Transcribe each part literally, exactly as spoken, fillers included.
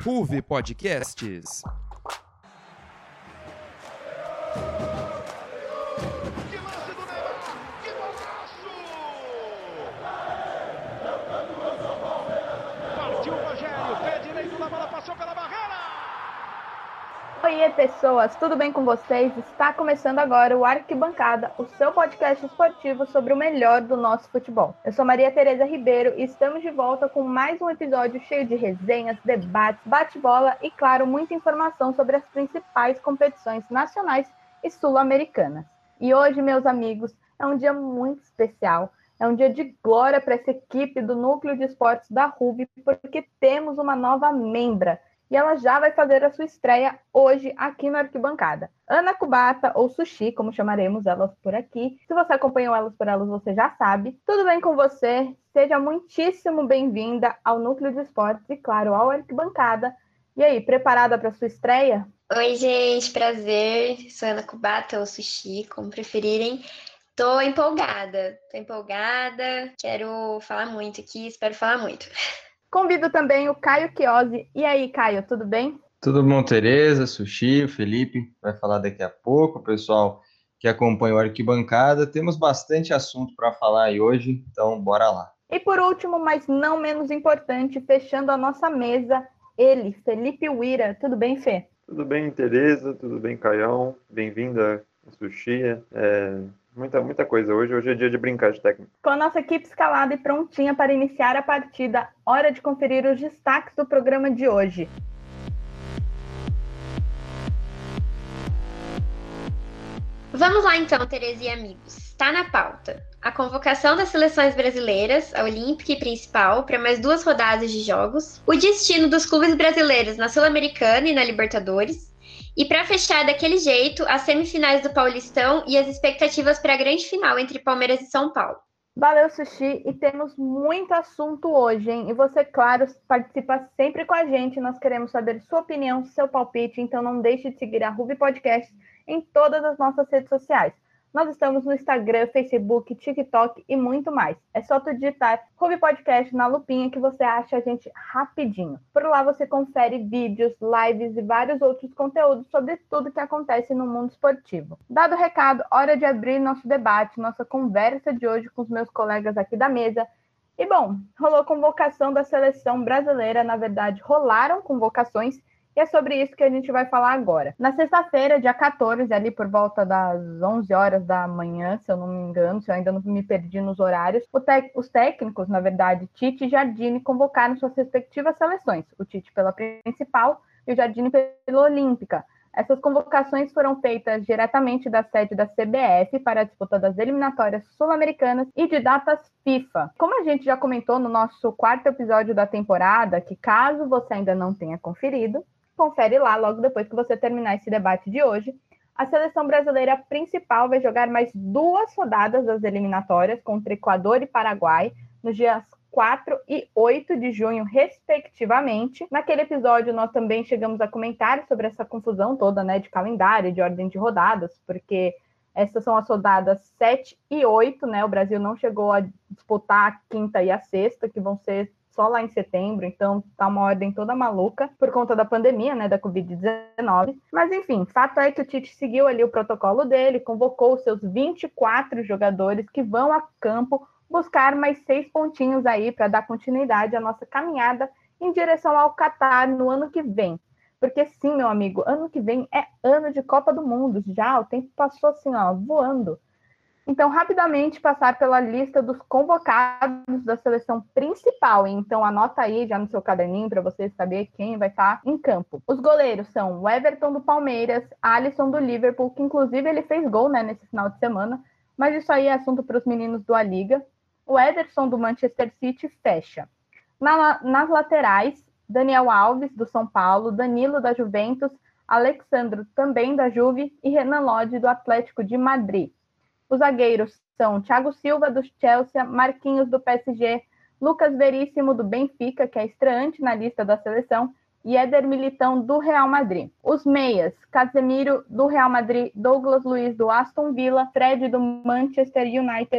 Ruve Podcasts. Oi, pessoas, tudo bem com vocês? Está começando agora o Arquibancada, o seu podcast esportivo sobre o melhor do nosso futebol. Eu sou Maria Tereza Ribeiro e estamos de volta com mais um episódio cheio de resenhas, debates, bate-bola e, claro, muita informação sobre as principais competições nacionais e sul-americanas. E hoje, meus amigos, é um dia muito especial. É um dia de glória para essa equipe do Núcleo de Esportes da Ruve, porque temos uma nova membra. E ela já vai fazer a sua estreia hoje aqui no Arquibancada. Ana Kubata, ou Sushi, como chamaremos elas por aqui. Se você acompanhou Elas por Elas, você já sabe. Tudo bem com você? Seja muitíssimo bem-vinda ao Núcleo de Esportes e, claro, ao Arquibancada. E aí, preparada para a sua estreia? Oi, gente, prazer. Sou Ana Kubata, ou Sushi, como preferirem. Tô empolgada, tô empolgada. Quero falar muito aqui, espero falar muito. Convido também o Caio Chiosi. E aí, Caio, tudo bem? Tudo bom, Tereza, Sushi, o Felipe vai falar daqui a pouco, o pessoal que acompanha o Arquibancada. Temos bastante assunto para falar aí hoje, então bora lá. E por último, mas não menos importante, fechando a nossa mesa, ele, Felipe Uira. Tudo bem, Fê? Tudo bem, Tereza, tudo bem, Caião? Bem-vinda, Sushi. É... Muita, muita coisa hoje. Hoje é dia de brincar de técnico. Com a nossa equipe escalada e prontinha para iniciar a partida, hora de conferir os destaques do programa de hoje. Vamos lá então, Tereza e amigos. Está na pauta a convocação das seleções brasileiras, a Olímpica e Principal, para mais duas rodadas de jogos, o destino dos clubes brasileiros na Sul-Americana e na Libertadores, e para fechar daquele jeito, as semifinais do Paulistão e as expectativas para a grande final entre Palmeiras e São Paulo. Valeu, Sushi, e temos muito assunto hoje, hein? E você, claro, participa sempre com a gente, nós queremos saber sua opinião, seu palpite, então não deixe de seguir a Ruve Podcast em todas as nossas redes sociais. Nós estamos no Instagram, Facebook, TikTok e muito mais. É só tu digitar Ruve Podcast na lupinha que você acha a gente rapidinho. Por lá você confere vídeos, lives e vários outros conteúdos sobre tudo que acontece no mundo esportivo. Dado o recado, hora de abrir nosso debate, nossa conversa de hoje com os meus colegas aqui da mesa. E bom, rolou convocação da seleção brasileira, na verdade rolaram convocações, e é sobre isso que a gente vai falar agora. Na sexta-feira, dia quatorze, ali por volta das onze horas da manhã, se eu não me engano, se eu ainda não me perdi nos horários, te- os técnicos, na verdade, Tite e Jardine, convocaram suas respectivas seleções. O Tite pela Principal e o Jardine pela Olímpica. Essas convocações foram feitas diretamente da sede da C B F para a disputa das eliminatórias sul-americanas e de datas FIFA. Como a gente já comentou no nosso quarto episódio da temporada, que caso você ainda não tenha conferido, confere lá logo depois que você terminar esse debate de hoje. A seleção brasileira principal vai jogar mais duas rodadas das eliminatórias contra Equador e Paraguai nos dias quatro e oito de junho, respectivamente. Naquele episódio, nós também chegamos a comentar sobre essa confusão toda, né, de calendário, de ordem de rodadas, porque essas são as rodadas sete e oito, né? O Brasil não chegou a disputar a quinta e a sexta, que vão ser só lá em setembro, então tá uma ordem toda maluca por conta da pandemia, né, da covid dezenove. Mas enfim, fato é que o Tite seguiu ali o protocolo dele, convocou os seus vinte e quatro jogadores que vão a campo buscar mais seis pontinhos aí para dar continuidade à nossa caminhada em direção ao Catar no ano que vem. Porque sim, meu amigo, ano que vem é ano de Copa do Mundo, já o tempo passou assim, ó, voando. Então, rapidamente passar pela lista dos convocados da seleção principal. Então, anota aí já no seu caderninho para você saber quem vai estar em campo. Os goleiros são o Everton do Palmeiras, Alisson do Liverpool, que inclusive ele fez gol, né, nesse final de semana, mas isso aí é assunto para os meninos do A Liga. O Ederson do Manchester City fecha. Na, nas laterais, Daniel Alves do São Paulo, Danilo da Juventus, Alexandro também da Juve e Renan Lodge do Atlético de Madrid. Os zagueiros são Thiago Silva, do Chelsea, Marquinhos, do P S G, Lucas Veríssimo, do Benfica, que é estreante na lista da seleção, e Éder Militão, do Real Madrid. Os meias, Casemiro, do Real Madrid, Douglas Luiz, do Aston Villa, Fred, do Manchester United,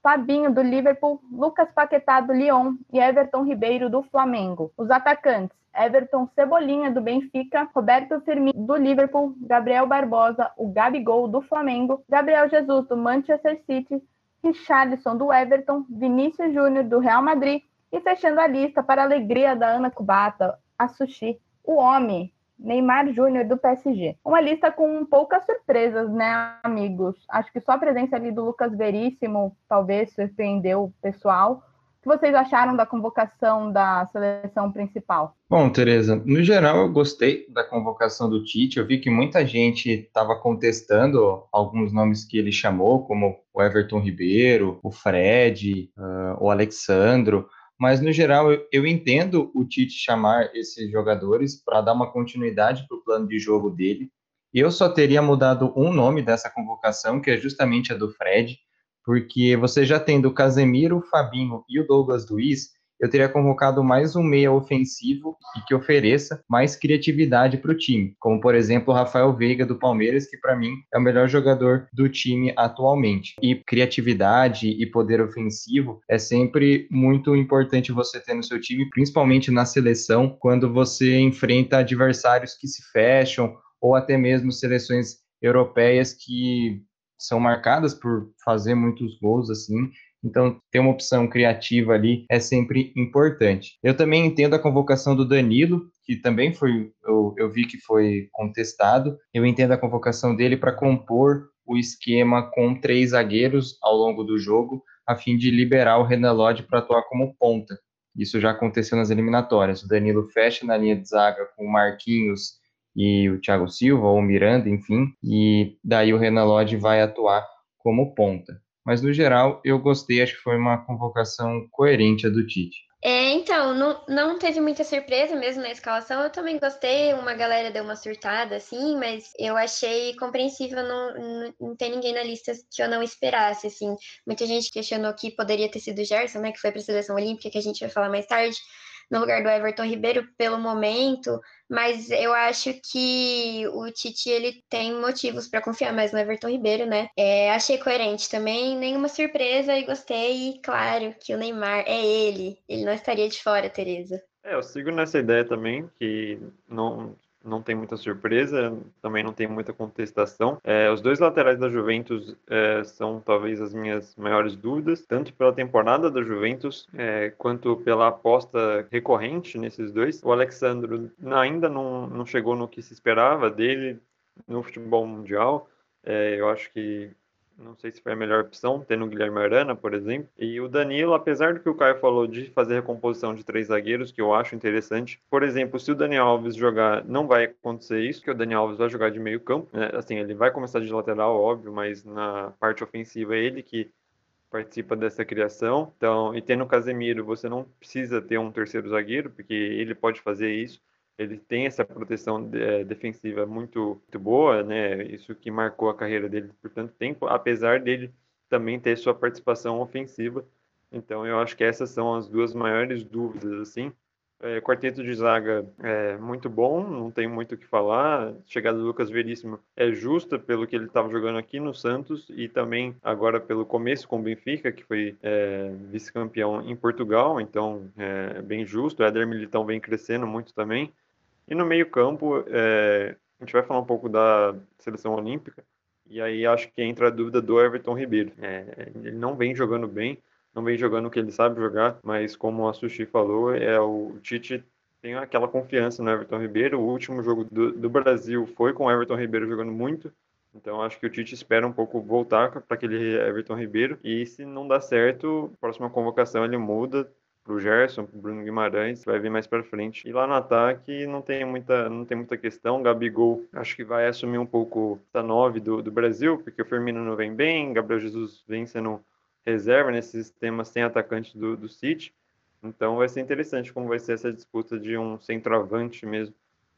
Fabinho, do Liverpool, Lucas Paquetá, do Lyon e Everton Ribeiro, do Flamengo. Os atacantes: Everton Cebolinha, do Benfica, Roberto Firmino, do Liverpool, Gabriel Barbosa, o Gabigol, do Flamengo, Gabriel Jesus, do Manchester City, Richarlison, do Everton, Vinícius Júnior, do Real Madrid, e fechando a lista, para a alegria da Ana Kubata, a Sushi, o homem, Neymar Júnior, do P S G. Uma lista com poucas surpresas, né, amigos? Acho que só a presença ali do Lucas Veríssimo talvez surpreendeu o pessoal. O que vocês acharam da convocação da seleção principal? Bom, Tereza, no geral eu gostei da convocação do Tite. Eu vi que muita gente estava contestando alguns nomes que ele chamou, como o Everton Ribeiro, o Fred, uh, o Alexandro. Mas, no geral, eu, eu entendo o Tite chamar esses jogadores para dar uma continuidade para o plano de jogo dele. Eu só teria mudado um nome dessa convocação, que é justamente a do Fred, porque você já tendo o Casemiro, o Fabinho e o Douglas Luiz, eu teria convocado mais um meia ofensivo e que ofereça mais criatividade para o time, como, por exemplo, o Rafael Veiga, do Palmeiras, que para mim é o melhor jogador do time atualmente. E criatividade e poder ofensivo é sempre muito importante você ter no seu time, principalmente na seleção, quando você enfrenta adversários que se fecham ou até mesmo seleções europeias que são marcadas por fazer muitos gols assim. Então, ter uma opção criativa ali é sempre importante. Eu também entendo a convocação do Danilo, que também foi, eu, eu vi que foi contestado. Eu entendo a convocação dele para compor o esquema com três zagueiros ao longo do jogo, a fim de liberar o Renan Lodge para atuar como ponta. Isso já aconteceu nas eliminatórias. O Danilo fecha na linha de zaga com o Marquinhos e o Thiago Silva, ou o Miranda, enfim, e daí o Renan Lodge vai atuar como ponta. Mas, no geral, eu gostei, acho que foi uma convocação coerente a do Tite. É, então, não, não teve muita surpresa mesmo na escalação. Eu também gostei, uma galera deu uma surtada, assim, mas eu achei compreensível não, não, não ter ninguém na lista que eu não esperasse, assim. Muita gente questionou que poderia ter sido o Gerson, né, que foi para a Seleção Olímpica, que a gente vai falar mais tarde, no lugar do Everton Ribeiro, pelo momento, mas eu acho que o Tite, ele tem motivos para confiar mais no Everton Ribeiro, né? É, achei coerente também, nenhuma surpresa e gostei, e claro que o Neymar é ele, ele não estaria de fora, Tereza. É, eu sigo nessa ideia também, que não, não tem muita surpresa, também não tem muita contestação. É, os dois laterais da Juventus é, são talvez as minhas maiores dúvidas, tanto pela temporada da Juventus, é, quanto pela aposta recorrente nesses dois. O Alexandro ainda não, não chegou no que se esperava dele no futebol mundial. É, eu acho que não sei se foi a melhor opção, tendo o Guilherme Arana, por exemplo. E o Danilo, apesar do que o Caio falou de fazer recomposição de três zagueiros, que eu acho interessante. Por exemplo, se o Daniel Alves jogar, não vai acontecer isso, que o Daniel Alves vai jogar de meio campo, né? Assim, ele vai começar de lateral, óbvio, mas na parte ofensiva é ele que participa dessa criação. Então, e tendo o Casemiro, você não precisa ter um terceiro zagueiro, porque ele pode fazer isso. Ele tem essa proteção é, defensiva muito, muito boa, né? Isso que marcou a carreira dele por tanto tempo, apesar dele também ter sua participação ofensiva. Então, eu acho que essas são as duas maiores dúvidas, assim. É, quarteto de zaga é muito bom, não tem muito o que falar. A chegada do Lucas Veríssimo é justa pelo que ele estava jogando aqui no Santos e também agora pelo começo com o Benfica, que foi é, vice-campeão em Portugal, então é bem justo. O Éder Militão vem crescendo muito também. E no meio-campo, é, a gente vai falar um pouco da seleção olímpica, e aí acho que entra a dúvida do Everton Ribeiro. É, ele não vem jogando bem, não vem jogando o que ele sabe jogar, mas como a Sushi falou, é o Tite tem aquela confiança no Everton Ribeiro. O último jogo do, do Brasil foi com o Everton Ribeiro jogando muito, então acho que o Tite espera um pouco voltar para aquele Everton Ribeiro, e se não dá certo, próxima convocação ele muda pro Gerson, pro Bruno Guimarães, vai vir mais para frente. E lá no ataque não tem muita, não tem muita questão. Gabigol acho que vai assumir um pouco essa nove do, do Brasil, porque o Firmino não vem bem, Gabriel Jesus vem sendo reserva nesse sistema sem atacante do, do City. Então vai ser interessante como vai ser essa disputa de um centroavante mesmo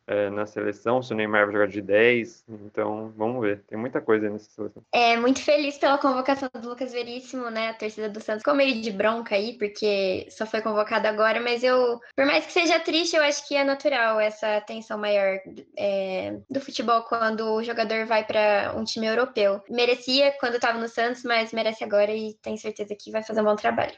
é, na seleção, se o Neymar vai jogar de dez, então vamos ver, tem muita coisa aí nessa seleção. É, muito feliz pela convocação do Lucas Veríssimo, né? A torcida do Santos ficou meio de bronca aí, porque só foi convocado agora, mas eu, por mais que seja triste, eu acho que é natural essa tensão maior é, do futebol quando o jogador vai para um time europeu. Merecia quando estava no Santos, mas merece agora e tenho certeza que vai fazer um bom trabalho.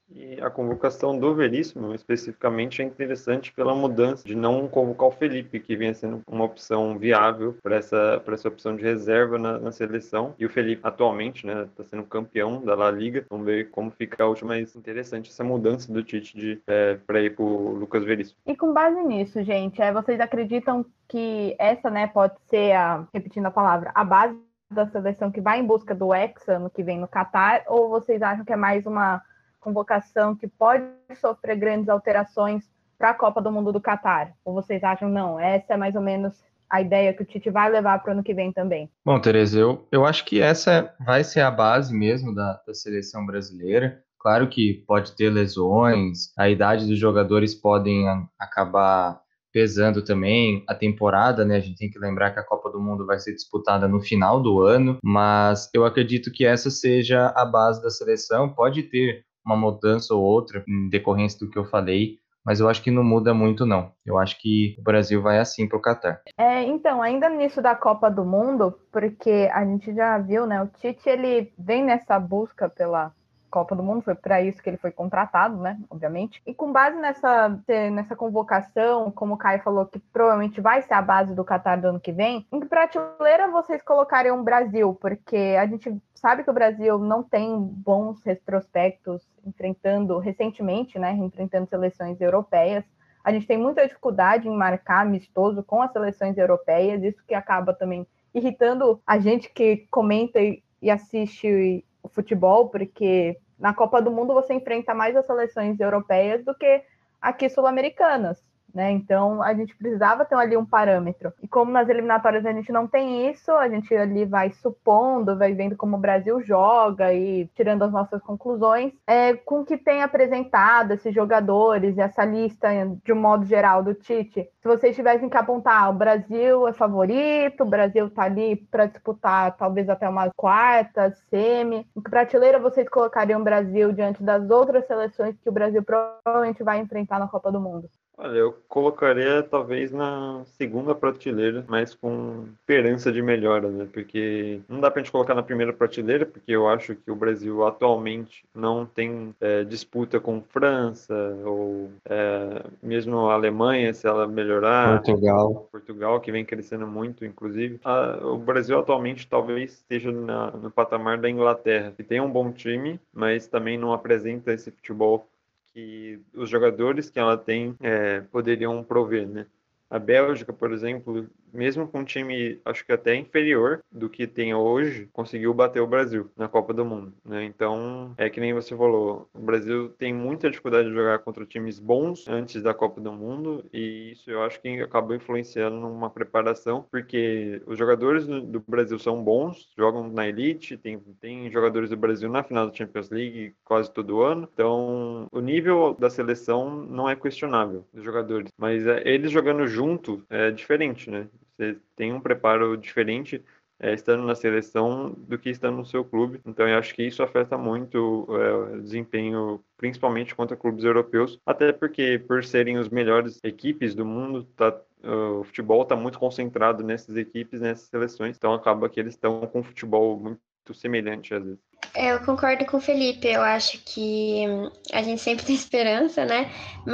E a convocação do Veríssimo, especificamente, é interessante pela mudança de não convocar o Felipe, que vinha sendo uma opção viável para essa, para essa opção de reserva na, na seleção. E o Felipe, atualmente, né, está sendo campeão da La Liga. Vamos ver como fica a última. Mas interessante essa mudança do Tite de, é, para ir para o Lucas Veríssimo. E com base nisso, gente, é, vocês acreditam que essa, né, pode ser, a, repetindo a palavra, a base da seleção que vai em busca do Hexa ano que vem no Catar? Ou vocês acham que é mais uma convocação que pode sofrer grandes alterações para a Copa do Mundo do Catar? Ou vocês acham, não, essa é mais ou menos a ideia que o Tite vai levar para o ano que vem também? Bom, Tereza, eu, eu acho que essa vai ser a base mesmo da, da seleção brasileira. Claro que pode ter lesões, a idade dos jogadores podem a, acabar pesando também, a temporada, né? A gente tem que lembrar que a Copa do Mundo vai ser disputada no final do ano, mas eu acredito que essa seja a base da seleção. Pode ter uma mudança ou outra em decorrência do que eu falei, mas eu acho que não muda muito, não. Eu acho que o Brasil vai assim para o Catar. É, então, ainda nisso da Copa do Mundo, porque a gente já viu, né, o Tite, ele vem nessa busca pela Copa do Mundo, foi para isso que ele foi contratado, né, obviamente. E com base nessa, nessa convocação, como o Caio falou, que provavelmente vai ser a base do Catar do ano que vem, em que prateleira vocês colocariam o Brasil? Porque a gente sabe que o Brasil não tem bons retrospectos enfrentando, recentemente, né, enfrentando seleções europeias. A gente tem muita dificuldade em marcar amistoso com as seleções europeias, isso que acaba também irritando a gente que comenta e assiste o futebol, porque na Copa do Mundo você enfrenta mais as seleções europeias do que aqui sul-americanas, né? Então a gente precisava ter ali um parâmetro. E como nas eliminatórias a gente não tem isso, a gente ali vai supondo, vai vendo como o Brasil joga e tirando as nossas conclusões, é, com o que tem apresentado esses jogadores e essa lista de um modo geral do Tite. Se vocês tivessem que apontar, ah, o Brasil é favorito, o Brasil tá ali para disputar talvez até umas quartas, semi. Em que prateleira vocês colocariam o Brasil diante das outras seleções que o Brasil provavelmente vai enfrentar na Copa do Mundo? Olha, eu colocaria talvez na segunda prateleira, mas com esperança de melhora, né? Porque não dá pra gente colocar na primeira prateleira, porque eu acho que o Brasil atualmente não tem é, disputa com França ou é, mesmo a Alemanha, se ela melhorar. Portugal. Portugal, que vem crescendo muito, inclusive. A, o Brasil atualmente talvez esteja na, no patamar da Inglaterra, que tem um bom time, mas também não apresenta esse futebol que os jogadores que ela tem é, poderiam prover, né? A Bélgica, por exemplo, mesmo com um time, acho que até inferior do que tem hoje, conseguiu bater o Brasil na Copa do Mundo, né? Então, é que nem você falou, o Brasil tem muita dificuldade de jogar contra times bons antes da Copa do Mundo, e isso eu acho que acabou influenciando numa preparação, porque os jogadores do Brasil são bons, jogam na elite, tem, tem jogadores do Brasil na final da Champions League quase todo ano, então o nível da seleção não é questionável dos jogadores, mas é, eles jogando junto é diferente, né? Você tem um preparo diferente é, estando na seleção do que estando no seu clube. Então, eu acho que isso afeta muito é, o desempenho, principalmente contra clubes europeus, até porque, por serem os melhores equipes do mundo, tá, o futebol está muito concentrado nessas equipes, nessas seleções. Então, acaba que eles estão com um futebol muito semelhante, às vezes. Eu concordo com o Felipe, eu acho que a gente sempre tem esperança, né?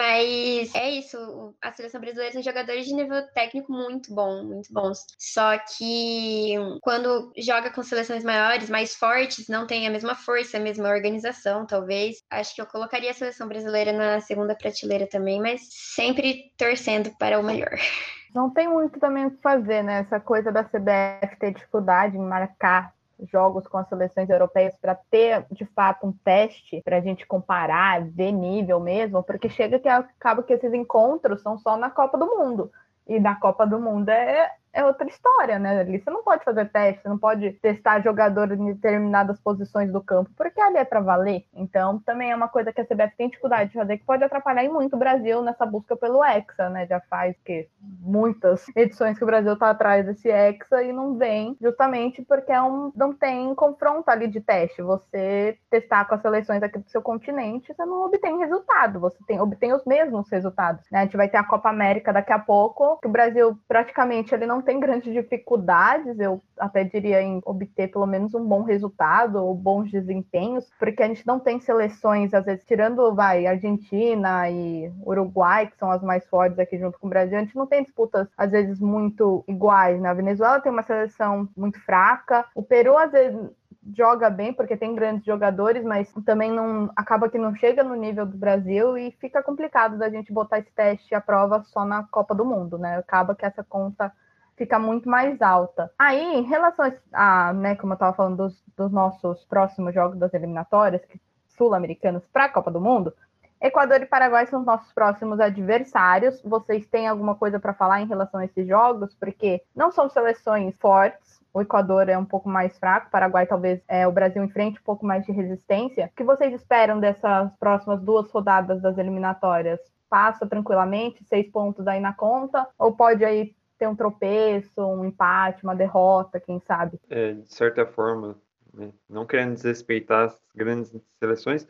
Mas é isso, a seleção brasileira tem jogadores de nível técnico muito bom, muito bons. Só que quando joga com seleções maiores, mais fortes, não tem a mesma força, a mesma organização, talvez. Acho que eu colocaria a seleção brasileira na segunda prateleira também, mas sempre torcendo para o melhor. Não tem muito também o que fazer, né? Essa coisa da C B F ter dificuldade em marcar jogos com as seleções europeias para ter, de fato, um teste para a gente comparar, ver nível mesmo, porque chega que acaba que esses encontros são só na Copa do Mundo. E na Copa do Mundo é, é outra história, né? Ali você não pode fazer teste, você não pode testar jogadores em determinadas posições do campo, porque ali é para valer. Então, também é uma coisa que a C B F tem dificuldade de fazer, que pode atrapalhar muito o Brasil nessa busca pelo Hexa, né? Já faz que muitas edições que o Brasil tá atrás desse Hexa e não vem, justamente porque é um, não tem confronto ali de teste. Você testar com as seleções aqui do seu continente, você não obtém resultado, você tem, obtém os mesmos resultados, né? A gente vai ter a Copa América daqui a pouco, que o Brasil praticamente ele não tem grandes dificuldades, eu até diria, em obter pelo menos um bom resultado ou bons desempenhos, porque a gente não tem seleções, às vezes, tirando, vai, Argentina e Uruguai, que são as mais fortes aqui junto com o Brasil, a gente não tem disputas, às vezes, muito iguais, né? A Venezuela tem uma seleção muito fraca, o Peru, às vezes, joga bem, porque tem grandes jogadores, mas também não acaba que não chega no nível do Brasil e fica complicado da gente botar esse teste à prova só na Copa do Mundo, né? Acaba que essa conta fica muito mais alta. Aí, em relação a, né, como eu estava falando dos, dos nossos próximos jogos das eliminatórias, sul-americanos para a Copa do Mundo, Equador e Paraguai são os nossos próximos adversários. Vocês têm alguma coisa para falar em relação a esses jogos? Porque não são seleções fortes, o Equador é um pouco mais fraco, o Paraguai talvez é, o Brasil enfrente um pouco mais de resistência. O que vocês esperam dessas próximas duas rodadas das eliminatórias? Passa tranquilamente, seis pontos aí na conta? Ou pode aí ter um tropeço, um empate, uma derrota, quem sabe? É, de certa forma, né, não querendo desrespeitar as grandes seleções,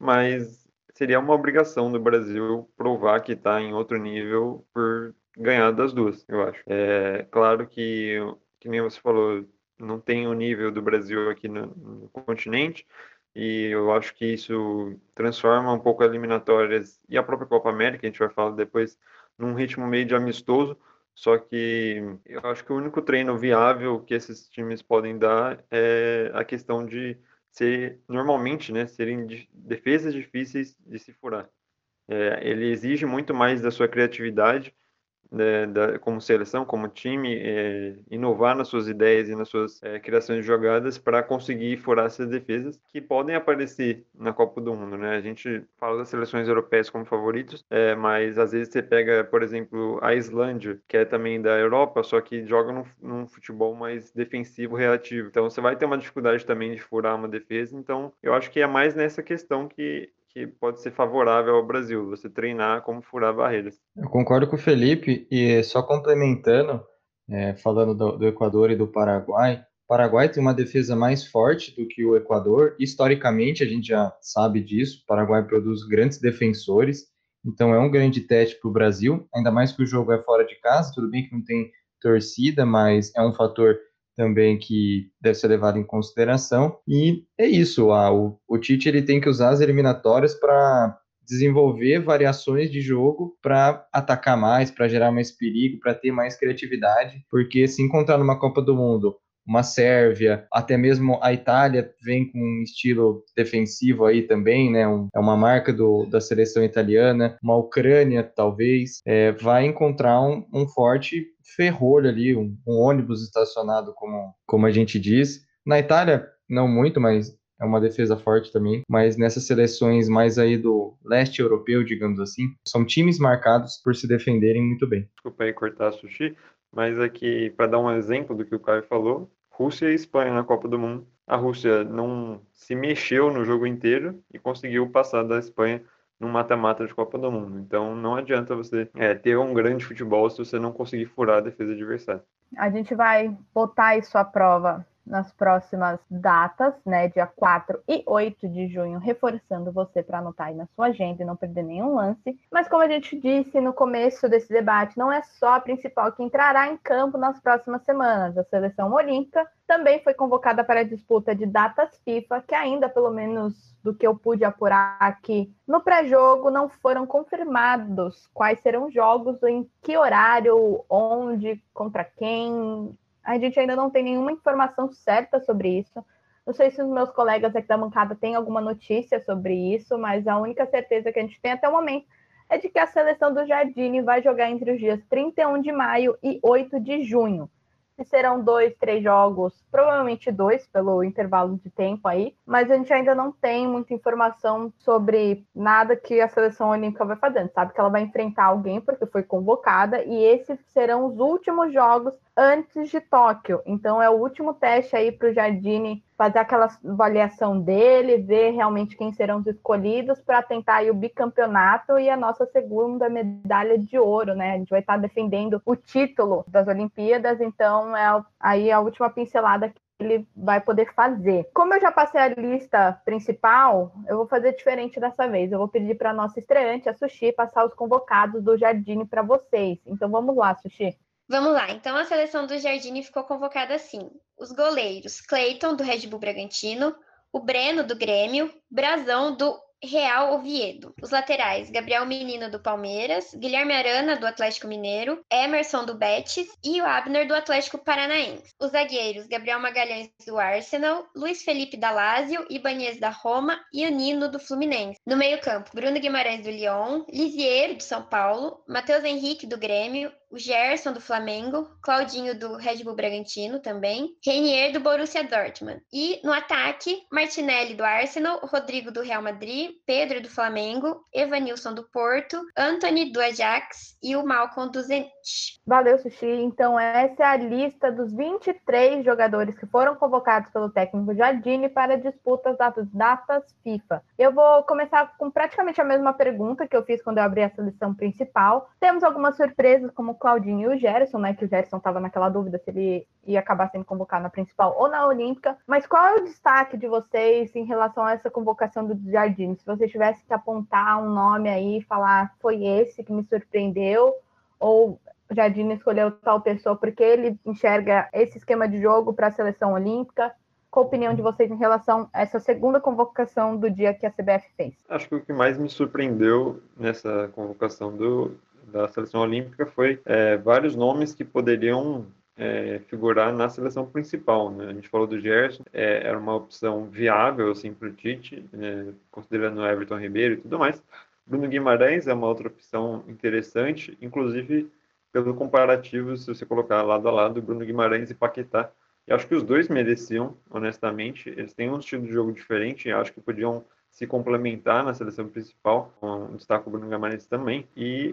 mas seria uma obrigação do Brasil provar que está em outro nível por ganhar das duas, eu acho. É claro que, que nem você falou, não tem o nível do Brasil aqui no, no continente, e eu acho que isso transforma um pouco as eliminatórias e a própria Copa América, a gente vai falar depois, num ritmo meio de amistoso. Só que eu acho que o único treino viável que esses times podem dar é a questão de ser, normalmente, né, serem de- defesas difíceis de se furar. É, ele exige muito mais da sua criatividade, né, da, como seleção, como time, é, inovar nas suas ideias e nas suas é, criações de jogadas para conseguir furar essas defesas que podem aparecer na Copa do Mundo, né? A gente fala das seleções europeias como favoritos, é, mas às vezes você pega, por exemplo, a Islândia, que é também da Europa, só que joga num, num futebol mais defensivo, reativo. Então você vai ter uma dificuldade também de furar uma defesa. Então eu acho que é mais nessa questão que que pode ser favorável ao Brasil, você treinar como furar barreiras. Eu concordo com o Felipe, e só complementando, é, falando do, do Equador e do Paraguai, o Paraguai tem uma defesa mais forte do que o Equador. Historicamente, a gente já sabe disso, o Paraguai produz grandes defensores, então é um grande teste para o Brasil, ainda mais que o jogo é fora de casa, tudo bem que não tem torcida, mas é um fator também que deve ser levado em consideração. E é isso, a, o, o Tite ele tem que usar as eliminatórias para desenvolver variações de jogo para atacar mais, para gerar mais perigo, para ter mais criatividade, porque se encontrar numa Copa do Mundo uma Sérvia, até mesmo a Itália vem com um estilo defensivo aí também, né? Um, é uma marca do, da seleção italiana, uma Ucrânia talvez, é, vai encontrar um, um forte ferrolho ali, um, um ônibus estacionado, como, como a gente diz. Na Itália, não muito, mas é uma defesa forte também, mas nessas seleções mais aí do leste europeu, digamos assim, são times marcados por se defenderem muito bem. Desculpa aí cortar sushi, mas aqui, para dar um exemplo do que o Caio falou, Rússia e Espanha na Copa do Mundo. A Rússia não se mexeu no jogo inteiro e conseguiu passar da Espanha no mata-mata de Copa do Mundo. Então não adianta você é, ter um grande futebol se você não conseguir furar a defesa adversária. A gente vai botar isso à prova nas próximas datas, né, dia quatro e oito de junho, reforçando você para anotar aí na sua agenda e não perder nenhum lance. Mas como a gente disse no começo desse debate, não é só a principal que entrará em campo nas próximas semanas. A seleção olímpica também foi convocada para a disputa de datas FIFA, que ainda, pelo menos do que eu pude apurar aqui, no pré-jogo não foram confirmados quais serão os jogos, em que horário, onde, contra quem. A gente ainda não tem nenhuma informação certa sobre isso. Não sei se os meus colegas aqui da bancada têm alguma notícia sobre isso, mas a única certeza que a gente tem até o momento é de que a seleção do Jardine vai jogar entre os dias trinta e um de maio e oito de junho. se serão dois, três jogos, provavelmente dois, pelo intervalo de tempo aí, mas a gente ainda não tem muita informação sobre nada que a seleção olímpica vai fazendo. Sabe que ela vai enfrentar alguém porque foi convocada, e esses serão os últimos jogos antes de Tóquio. Então é o último teste aí para o Giardini fazer aquela avaliação dele, ver realmente quem serão os escolhidos para tentar aí o bicampeonato e a nossa segunda medalha de ouro, né? A gente vai estar defendendo o título das Olimpíadas, então é aí a última pincelada que ele vai poder fazer. Como eu já passei a lista principal, eu vou fazer diferente dessa vez. Eu vou pedir para a nossa estreante, a Sushi, passar os convocados do Giardini para vocês. Então vamos lá, Sushi. Vamos lá, então a seleção do Giardini ficou convocada assim: os goleiros, Cleiton, do Red Bull Bragantino, o Breno, do Grêmio, Brazão, do Real Oviedo. Os laterais, Gabriel Menino, do Palmeiras, Guilherme Arana, do Atlético Mineiro, Emerson, do Betis e o Abner, do Atlético Paranaense. Os zagueiros, Gabriel Magalhães, do Arsenal, Luiz Felipe da Lazio, Ibanez da Roma e o Nino, do Fluminense. No meio-campo, Bruno Guimarães, do Lyon, Lisiero, do São Paulo, Matheus Henrique, do Grêmio, o Gerson, do Flamengo, Claudinho, do Red Bull Bragantino também, Reinier, do Borussia Dortmund. E no ataque, Martinelli, do Arsenal, Rodrigo, do Real Madrid, Pedro, do Flamengo, Evanilson, do Porto, Antony, do Ajax e o Malcolm, do Zenit. Valeu, Sushi. Então essa é a lista dos vinte e três jogadores que foram convocados pelo técnico Giardini para disputas das datas FIFA. Eu vou começar com praticamente a mesma pergunta que eu fiz quando eu abri a seleção principal. Temos algumas surpresas, como o Claudinho e o Gerson, né? Que o Gerson estava naquela dúvida se ele ia acabar sendo convocado na principal ou na Olímpica. Mas qual é o destaque de vocês em relação a essa convocação do Giardini? Se você tivesse que apontar um nome aí e falar foi esse que me surpreendeu, ou o Giardini escolheu tal pessoa porque ele enxerga esse esquema de jogo para a seleção olímpica. Qual a opinião de vocês em relação a essa segunda convocação do dia que a C B F fez? Acho que o que mais me surpreendeu nessa convocação do, da seleção olímpica foi é, vários nomes que poderiam é, figurar na seleção principal, né? A gente falou do Gerson, é, era uma opção viável assim, para o Tite, é, considerando o Everton Ribeiro e tudo mais. Bruno Guimarães é uma outra opção interessante, inclusive pelo comparativo, se você colocar lado a lado, Bruno Guimarães e Paquetá. Eu acho que os dois mereciam, honestamente. Eles têm um estilo de jogo diferente, eu acho que podiam se complementar na seleção principal. Um destaque o Bruno Guimarães também. E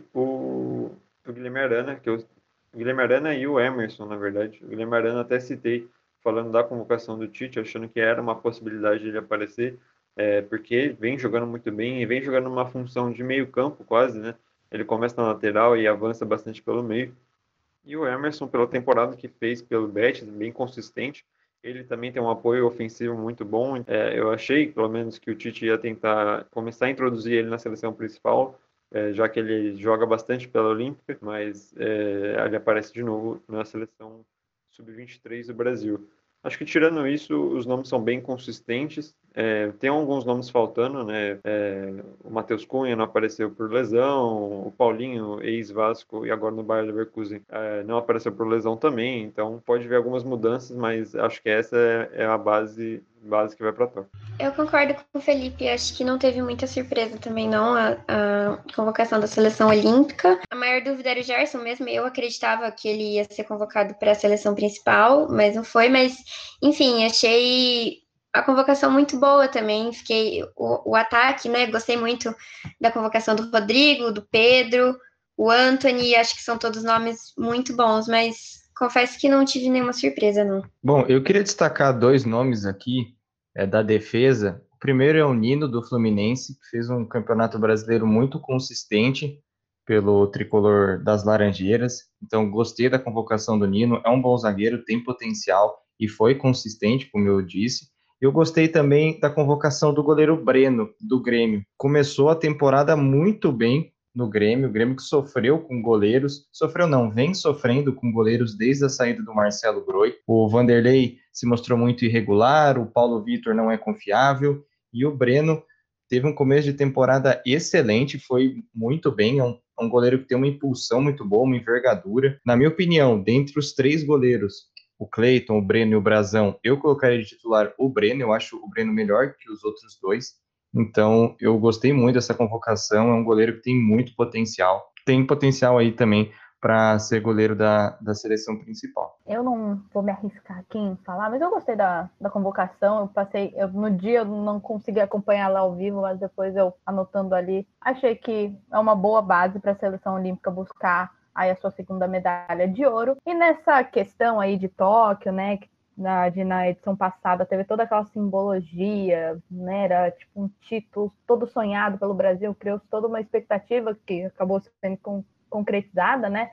o, o Guilherme Arana, que eu, o Guilherme Arana e o Emerson, na verdade. O Guilherme Arana até citei, falando da convocação do Tite, achando que era uma possibilidade de ele aparecer, é, porque vem jogando muito bem e vem jogando uma função de meio campo quase, né? Ele começa na lateral e avança bastante pelo meio. E o Emerson, pela temporada que fez pelo Betis, bem consistente, ele também tem um apoio ofensivo muito bom. É, eu achei, pelo menos, que o Tite ia tentar começar a introduzir ele na seleção principal, é, já que ele joga bastante pela Olímpica, mas é, ele aparece de novo na seleção sub vinte e três do Brasil. Acho que, tirando isso, os nomes são bem consistentes. É, tem alguns nomes faltando, né? É, o Matheus Cunha não apareceu por lesão, o Paulinho, ex-Vasco e agora no Bayer Leverkusen, é, não apareceu por lesão também. Então, pode ver algumas mudanças, mas acho que essa é, é a base, base que vai para a Tóquio. Eu concordo com o Felipe, acho que não teve muita surpresa também não, a, a convocação da seleção olímpica. A maior dúvida era o Gerson mesmo, eu acreditava que ele ia ser convocado para a seleção principal, mas não foi, mas enfim, achei a convocação muito boa também, fiquei, o, o ataque, né, gostei muito da convocação do Rodrigo, do Pedro, o Antony, acho que são todos nomes muito bons, mas confesso que não tive nenhuma surpresa, não. Bom, eu queria destacar dois nomes aqui, é, da defesa. O primeiro é o Nino, do Fluminense, que fez um campeonato brasileiro muito consistente pelo tricolor das Laranjeiras. Então, gostei da convocação do Nino. É um bom zagueiro, tem potencial e foi consistente, como eu disse. Eu gostei também da convocação do goleiro Breno, do Grêmio. Começou a temporada muito bem no Grêmio, o Grêmio que sofreu com goleiros, sofreu não, vem sofrendo com goleiros desde a saída do Marcelo Groi. O Vanderlei se mostrou muito irregular, o Paulo Vitor não é confiável, e o Breno teve um começo de temporada excelente, foi muito bem, é um, é um goleiro que tem uma impulsão muito boa, uma envergadura. Na minha opinião, dentre os três goleiros, o Cleiton, o Breno e o Brazão, eu colocaria de titular o Breno, eu acho o Breno melhor que os outros dois. Então, eu gostei muito dessa convocação, é um goleiro que tem muito potencial. Tem potencial aí também para ser goleiro da, da seleção principal. Eu não vou me arriscar aqui em falar, mas eu gostei da, da convocação. Eu passei, eu, no dia eu não consegui acompanhar lá ao vivo, mas depois eu anotando ali, achei que é uma boa base para a seleção olímpica buscar aí a sua segunda medalha de ouro. E nessa questão aí de Tóquio, né, que na, de, na edição passada teve toda aquela simbologia, né, era tipo um título todo sonhado pelo Brasil, criou toda uma expectativa que acabou sendo com, concretizada, né?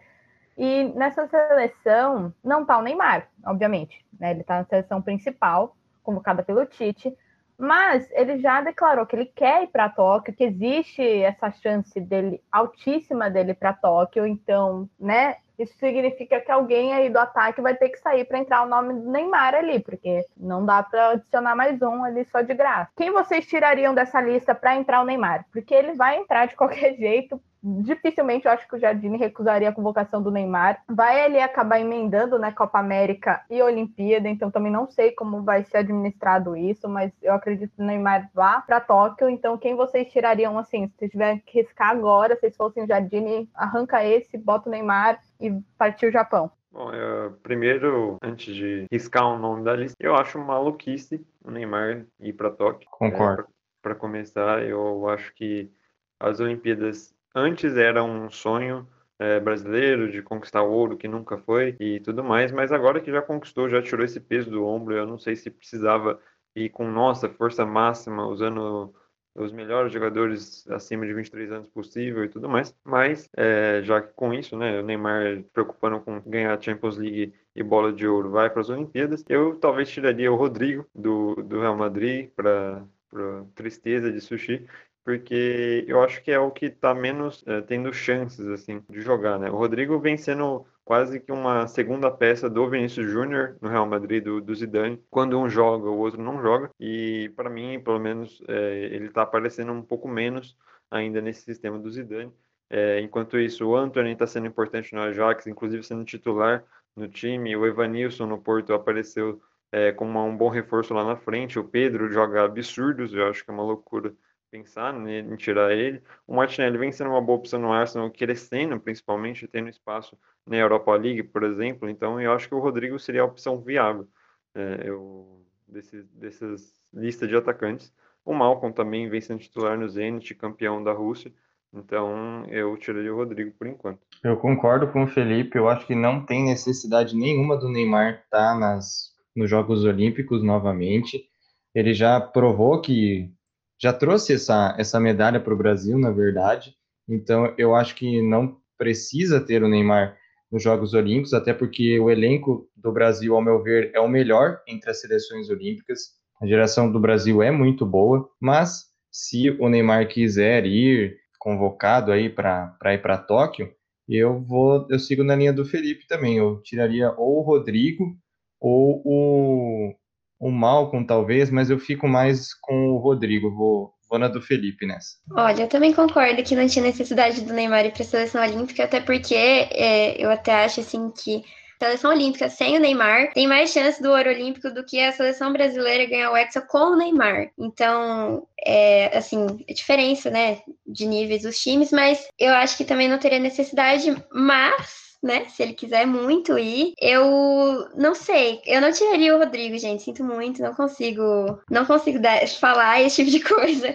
E nessa seleção não está o Neymar, obviamente, né? Ele está na seleção principal, convocada pelo Tite, mas ele já declarou que ele quer ir para Tóquio, que existe essa chance dele altíssima dele para Tóquio, então, né? Isso significa que alguém aí do ataque vai ter que sair para entrar o nome do Neymar ali, porque não dá para adicionar mais um ali só de graça. Quem vocês tirariam dessa lista para entrar o Neymar? Porque ele vai entrar de qualquer jeito. Dificilmente eu acho que o Jardine recusaria a convocação do Neymar. Vai ele acabar emendando, né, Copa América e Olimpíada, então também não sei como vai ser administrado isso, mas eu acredito que o Neymar vá para Tóquio. Então quem vocês tirariam, assim, se vocês tiverem que riscar agora, se vocês fossem o Jardine, arranca esse, bota o Neymar e partiu o Japão? Bom, eu, primeiro, antes de riscar o nome da lista, eu acho maluquice o Neymar ir para Tóquio. Concordo. É, para começar, eu acho que as Olimpíadas antes era um sonho é, brasileiro de conquistar ouro, que nunca foi, e tudo mais, mas agora que já conquistou, já tirou esse peso do ombro, eu não sei se precisava ir com, nossa, força máxima, usando os melhores jogadores acima de vinte e três anos possível e tudo mais, mas é, já que com isso, né, o Neymar preocupando com ganhar a Champions League e bola de ouro vai para as Olimpíadas, eu talvez tiraria o Rodrigo do, do Real Madrid para tristeza de Sushi, porque eu acho que é o que está menos é, tendo chances assim de jogar, né? O Rodrigo vem sendo quase que uma segunda peça do Vinícius Júnior no Real Madrid, do, do Zidane. Quando um joga, o outro não joga. E para mim, pelo menos, é, ele está aparecendo um pouco menos ainda nesse sistema do Zidane. É, enquanto isso, o Antony está sendo importante no Ajax, inclusive sendo titular no time. O Evanilson no Porto apareceu é, como um bom reforço lá na frente. O Pedro joga absurdos, eu acho que é uma loucura pensar em tirar ele. O Martinelli vem sendo uma boa opção no Arsenal, crescendo principalmente, tendo espaço na Europa League, por exemplo. Então, eu acho que o Rodrigo seria a opção viável é, eu, desse, dessas listas de atacantes. O Malcom também vem sendo titular no Zenit, campeão da Rússia. Então, eu tiraria o Rodrigo por enquanto. Eu concordo com o Felipe, eu acho que não tem necessidade nenhuma do Neymar estar nas, nos Jogos Olímpicos novamente. Ele já provou que já trouxe essa, essa medalha para o Brasil, na verdade. Então, eu acho que não precisa ter o Neymar nos Jogos Olímpicos, até porque o elenco do Brasil, ao meu ver, é o melhor entre as seleções olímpicas. A geração do Brasil é muito boa, mas se o Neymar quiser ir convocado aí para ir para Tóquio, eu vou, eu sigo na linha do Felipe também. Eu tiraria ou o Rodrigo ou o, o Malcom, talvez, mas eu fico mais com o Rodrigo. Vou, vou na do Felipe nessa. Olha, eu também concordo que não tinha necessidade do Neymar ir para a seleção olímpica, até porque é, eu até acho assim que a seleção olímpica sem o Neymar tem mais chance do ouro olímpico do que a seleção brasileira ganhar o Hexa com o Neymar. Então, é assim, a diferença, né, de níveis dos times, mas eu acho que também não teria necessidade, mas né, se ele quiser muito ir, eu não sei, eu não tiraria o Rodrigo, gente, sinto muito, não consigo, não consigo dar, falar esse tipo de coisa.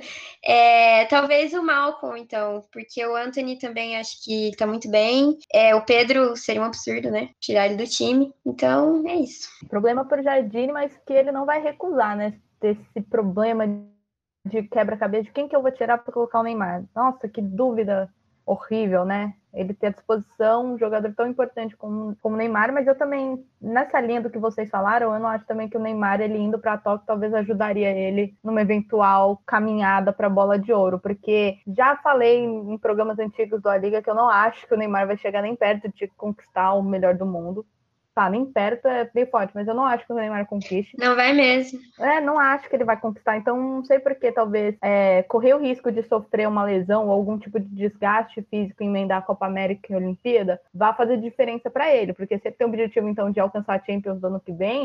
É, talvez o Malcom, então, porque o Antony também acho que tá muito bem. É, o Pedro seria um absurdo, né? Tirar ele do time. Então, é isso. Problema pro Jardine, mas que ele não vai recusar, né? Esse problema de quebra-cabeça de quem que eu vou tirar para colocar o Neymar. Nossa, que dúvida horrível, né? Ele ter à disposição um jogador tão importante como, como o Neymar, mas eu também, nessa linha do que vocês falaram, eu não acho também que o Neymar, ele indo para Tóquio, talvez ajudaria ele numa eventual caminhada para a bola de ouro, porque já falei em programas antigos da Liga que eu não acho que o Neymar vai chegar nem perto de conquistar o melhor do mundo. Tá, nem perto é bem forte, mas eu não acho que o Neymar conquiste. Não vai mesmo. É, não acho que ele vai conquistar, então não sei por que talvez é, correr o risco de sofrer uma lesão ou algum tipo de desgaste físico em emendar a Copa América e a Olimpíada vá fazer diferença para ele, porque se ele tem o objetivo então de alcançar a Champions do ano que vem,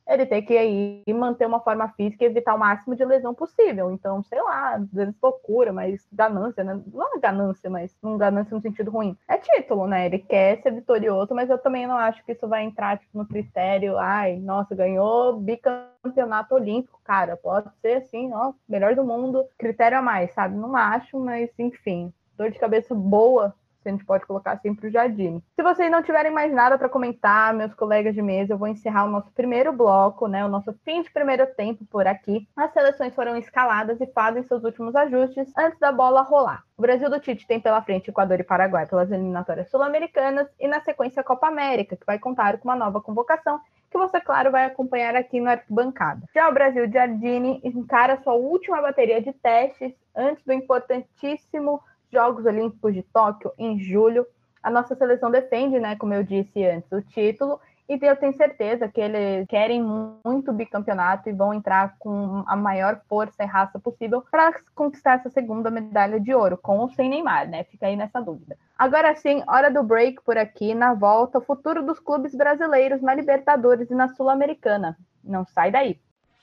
ele tem que aí manter uma forma física e evitar o máximo de lesão possível. Então, sei lá, às vezes loucura, mas ganância, né? Não é ganância, mas não ganância no sentido ruim. É título, né? Ele quer ser vitorioso, mas eu também não acho que isso vai entrar tipo, no critério, ai, nossa, ganhou bicampeonato olímpico, cara, pode ser assim, ó, melhor do mundo, critério a mais, sabe? Não acho, mas enfim, dor de cabeça boa, a gente pode colocar assim para o Jardine. Se vocês não tiverem mais nada para comentar, meus colegas de mesa, eu vou encerrar o nosso primeiro bloco, né, o nosso fim de primeiro tempo por aqui. As seleções foram escaladas e fazem seus últimos ajustes antes da bola rolar. O Brasil do Tite tem pela frente Equador e Paraguai pelas eliminatórias sul-americanas e na sequência a Copa América, que vai contar com uma nova convocação que você, claro, vai acompanhar aqui no Arquibancada. Já o Brasil de Jardine encara sua última bateria de testes antes do importantíssimo Jogos Olímpicos de Tóquio, em julho. A nossa seleção defende, né, como eu disse antes, o título, e eu tenho certeza que eles querem muito o bicampeonato e vão entrar com a maior força e raça possível para conquistar essa segunda medalha de ouro, com ou sem Neymar, né? Fica aí nessa dúvida. Agora sim, hora do break por aqui, na volta, o futuro dos clubes brasileiros na Libertadores e na Sul-Americana. Não sai daí.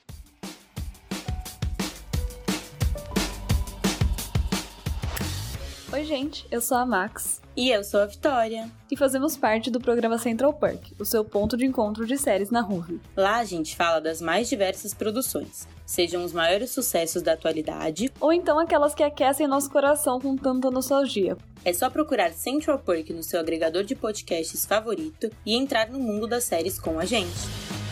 Oi, gente, eu sou a Max. E eu sou a Vitória. E fazemos parte do programa Central Perk, o seu ponto de encontro de séries na Ruve. Lá a gente fala das mais diversas produções, sejam os maiores sucessos da atualidade, ou então aquelas que aquecem nosso coração com tanta nostalgia. É só procurar Central Perk no seu agregador de podcasts favorito e entrar no mundo das séries com a gente.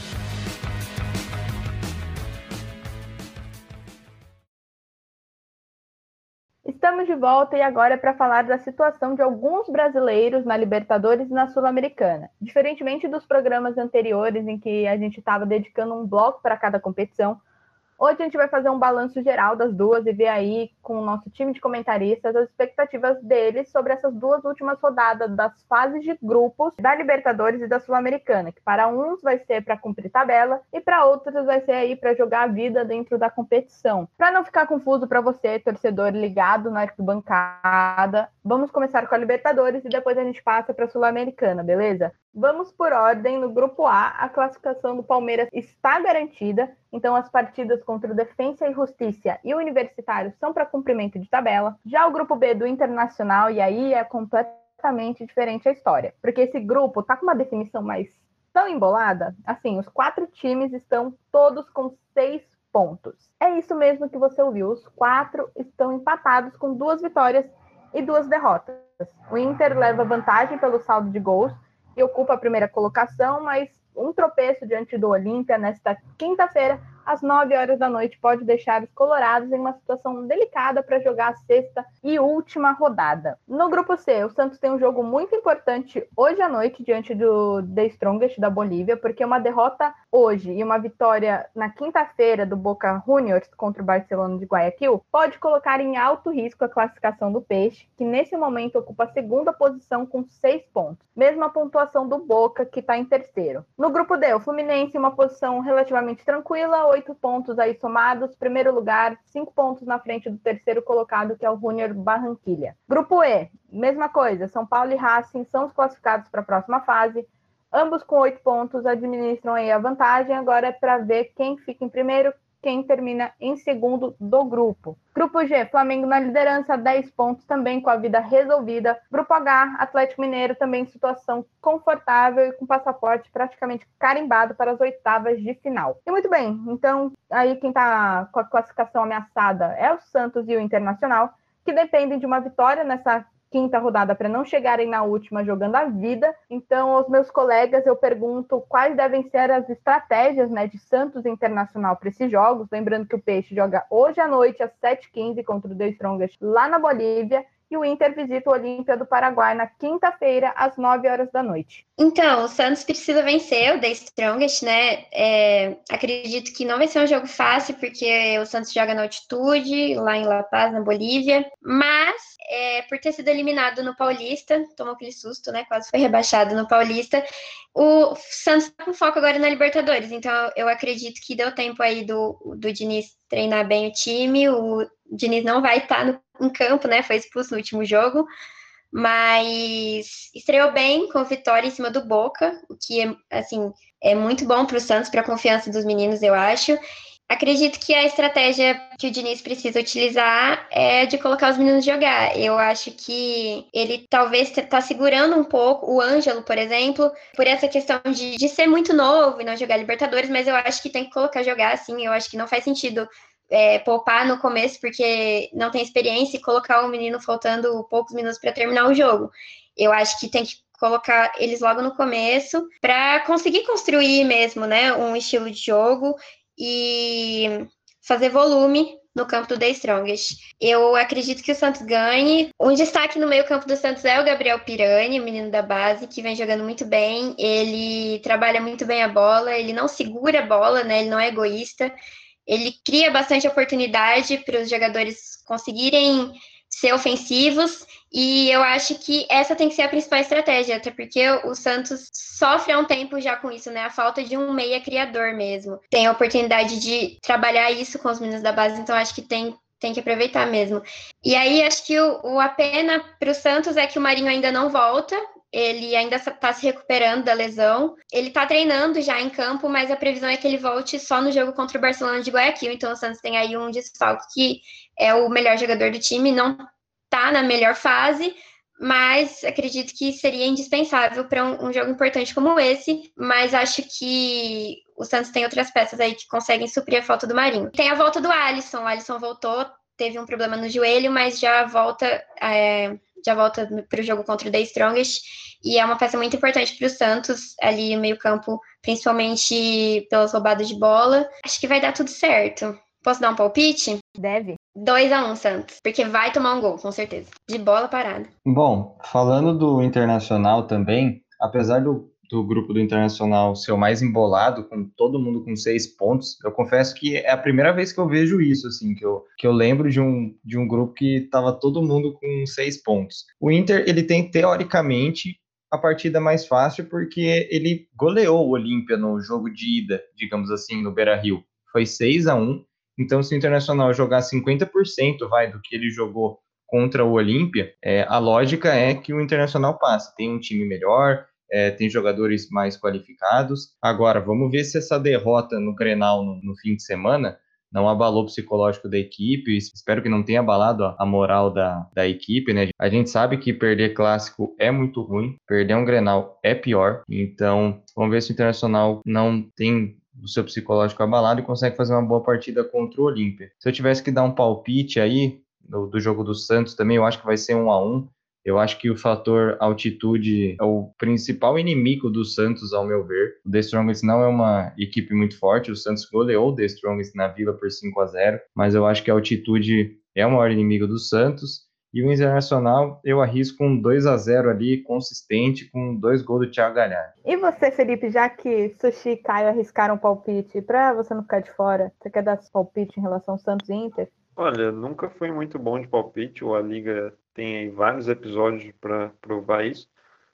Estamos de volta e agora é para falar da situação de alguns brasileiros na Libertadores e na Sul-Americana. Diferentemente dos programas anteriores em que a gente estava dedicando um bloco para cada competição, hoje a gente vai fazer um balanço geral das duas e ver aí com o nosso time de comentaristas as expectativas deles sobre essas duas últimas rodadas das fases de grupos da Libertadores e da Sul-Americana, que para uns vai ser para cumprir tabela e para outros vai ser aí para jogar a vida dentro da competição. Para não ficar confuso para você, torcedor ligado na arquibancada, vamos começar com a Libertadores e depois a gente passa para a Sul-Americana, beleza? Vamos por ordem. No grupo A, a classificação do Palmeiras está garantida, então as partidas contra o Defensa e Justiça e o Universitário são para cumprimento de tabela. Já o grupo B do Internacional, e aí é completamente diferente a história, porque esse grupo tá com uma definição mais tão embolada, assim, os quatro times estão todos com seis pontos. É isso mesmo que você ouviu, os quatro estão empatados com duas vitórias e duas derrotas. O Inter leva vantagem pelo saldo de gols e ocupa a primeira colocação, mas um tropeço diante do Olímpia nesta quinta-feira, às nove horas da noite, pode deixar os colorados em uma situação delicada para jogar a sexta e última rodada. No grupo C, o Santos tem um jogo muito importante hoje à noite diante do The Strongest da Bolívia, porque uma derrota hoje e uma vitória na quinta-feira do Boca Juniors contra o Barcelona de Guayaquil pode colocar em alto risco a classificação do Peixe, que nesse momento ocupa a segunda posição com seis pontos, mesma pontuação do Boca, que está em terceiro. No grupo D, o Fluminense em uma posição relativamente tranquila, oito pontos aí somados, primeiro lugar, cinco pontos na frente do terceiro colocado, que é o Junior Barranquilla. Grupo E, mesma coisa, São Paulo e Racing são os classificados para a próxima fase, ambos com oito pontos administram aí a vantagem, agora é para ver quem fica em primeiro, quem termina em segundo do grupo. Grupo G, Flamengo na liderança, dez pontos, também com a vida resolvida. Grupo H, Atlético Mineiro também em situação confortável e com passaporte praticamente carimbado para as oitavas de final. E muito bem, então aí quem está com a classificação ameaçada é o Santos e o Internacional, que dependem de uma vitória nessa quinta rodada para não chegarem na última jogando a vida. Então, aos meus colegas, eu pergunto quais devem ser as estratégias, né, de Santos Internacional para esses jogos. Lembrando que o Peixe joga hoje à noite, às sete e quinze, contra o The Strongest, lá na Bolívia. E o Inter visita o Olímpia do Paraguai na quinta-feira, às nove horas da noite. Então, o Santos precisa vencer o The Strongest, né? É, acredito que não vai ser um jogo fácil, porque o Santos joga na altitude, lá em La Paz, na Bolívia. Mas, é, por ter sido eliminado no Paulista, tomou aquele susto, né? Quase foi rebaixado no Paulista. O Santos está com foco agora na Libertadores, então eu acredito que deu tempo aí do, do Diniz treinar bem o time. O Diniz não vai estar no, em campo, né? Foi expulso no último jogo, mas estreou bem com vitória em cima do Boca, o que é, assim, é muito bom para o Santos, para a confiança dos meninos, eu acho. Acredito que a estratégia que o Diniz precisa utilizar é de colocar os meninos jogar. Eu acho que ele talvez está segurando um pouco o Ângelo, por exemplo, por essa questão de, de ser muito novo e não jogar Libertadores, mas eu acho que tem que colocar jogar, assim. Eu acho que não faz sentido é, poupar no começo porque não tem experiência e colocar o menino faltando poucos minutos para terminar o jogo. Eu acho que tem que colocar eles logo no começo para conseguir construir mesmo, né, um estilo de jogo e fazer volume no campo do The Strongest. Eu acredito que o Santos ganhe. Um destaque no meio-campo do Santos é o Gabriel Pirani, o menino da base, que vem jogando muito bem. Ele trabalha muito bem a bola, ele não segura a bola, né? Ele não é egoísta. Ele cria bastante oportunidade para os jogadores conseguirem ser ofensivos, e eu acho que essa tem que ser a principal estratégia, até porque o Santos sofre há um tempo já com isso, né? A falta de um meia criador mesmo. Tem a oportunidade de trabalhar isso com os meninos da base, então acho que tem, tem que aproveitar mesmo. E aí, acho que o, o a pena para o Santos é que o Marinho ainda não volta, ele ainda está se recuperando da lesão. Ele está treinando já em campo, mas a previsão é que ele volte só no jogo contra o Barcelona de Guayaquil. Então o Santos tem aí um desfalque que é o melhor jogador do time, não está na melhor fase, mas acredito que seria indispensável para um, um jogo importante como esse. Mas acho que o Santos tem outras peças aí que conseguem suprir a falta do Marinho. Tem a volta do Alisson. O Alisson voltou, teve um problema no joelho, mas já volta... É... já volta para o jogo contra o The Strongest, e é uma peça muito importante para o Santos, ali no meio campo, principalmente pelas roubadas de bola. Acho que vai dar tudo certo. Posso dar um palpite? Deve. dois a um Santos, porque vai tomar um gol, com certeza. De bola parada. Bom, falando do Internacional também, apesar do do grupo do Internacional ser o mais embolado, com todo mundo com seis pontos, eu confesso que é a primeira vez que eu vejo isso, assim, que eu, que eu lembro de um, de um grupo que estava todo mundo com seis pontos. O Inter, ele tem, teoricamente, a partida mais fácil, porque ele goleou o Olímpia no jogo de ida, digamos assim, no Beira-Rio. Foi seis a um, então se o Internacional jogar cinquenta por cento, vai, do que ele jogou contra o Olímpia, é, a lógica é que o Internacional passa. Tem um time melhor, É, tem jogadores mais qualificados. Agora, vamos ver se essa derrota no Grenal no, no fim de semana não abalou o psicológico da equipe. Espero que não tenha abalado a, a moral da, da equipe, né? A gente sabe que perder clássico é muito ruim, perder um Grenal é pior. Então, vamos ver se o Internacional não tem o seu psicológico abalado e consegue fazer uma boa partida contra o Olímpia. Se eu tivesse que dar um palpite aí do, do jogo do Santos também, eu acho que vai ser um a um. Eu acho que o fator altitude é o principal inimigo do Santos, ao meu ver. O The Strongest não é uma equipe muito forte, o Santos goleou o The Strongest na Vila por cinco a zero, mas eu acho que a altitude é o maior inimigo do Santos. E o Internacional, eu arrisco um dois a zero ali, consistente, com dois gols do Thiago Galhardo. E você, Felipe, já que Sushi e Caio arriscaram um palpite, para você não ficar de fora, você quer dar palpite em relação ao Santos e Inter? Olha, nunca fui muito bom de palpite, ou a Liga tem aí vários episódios para provar isso.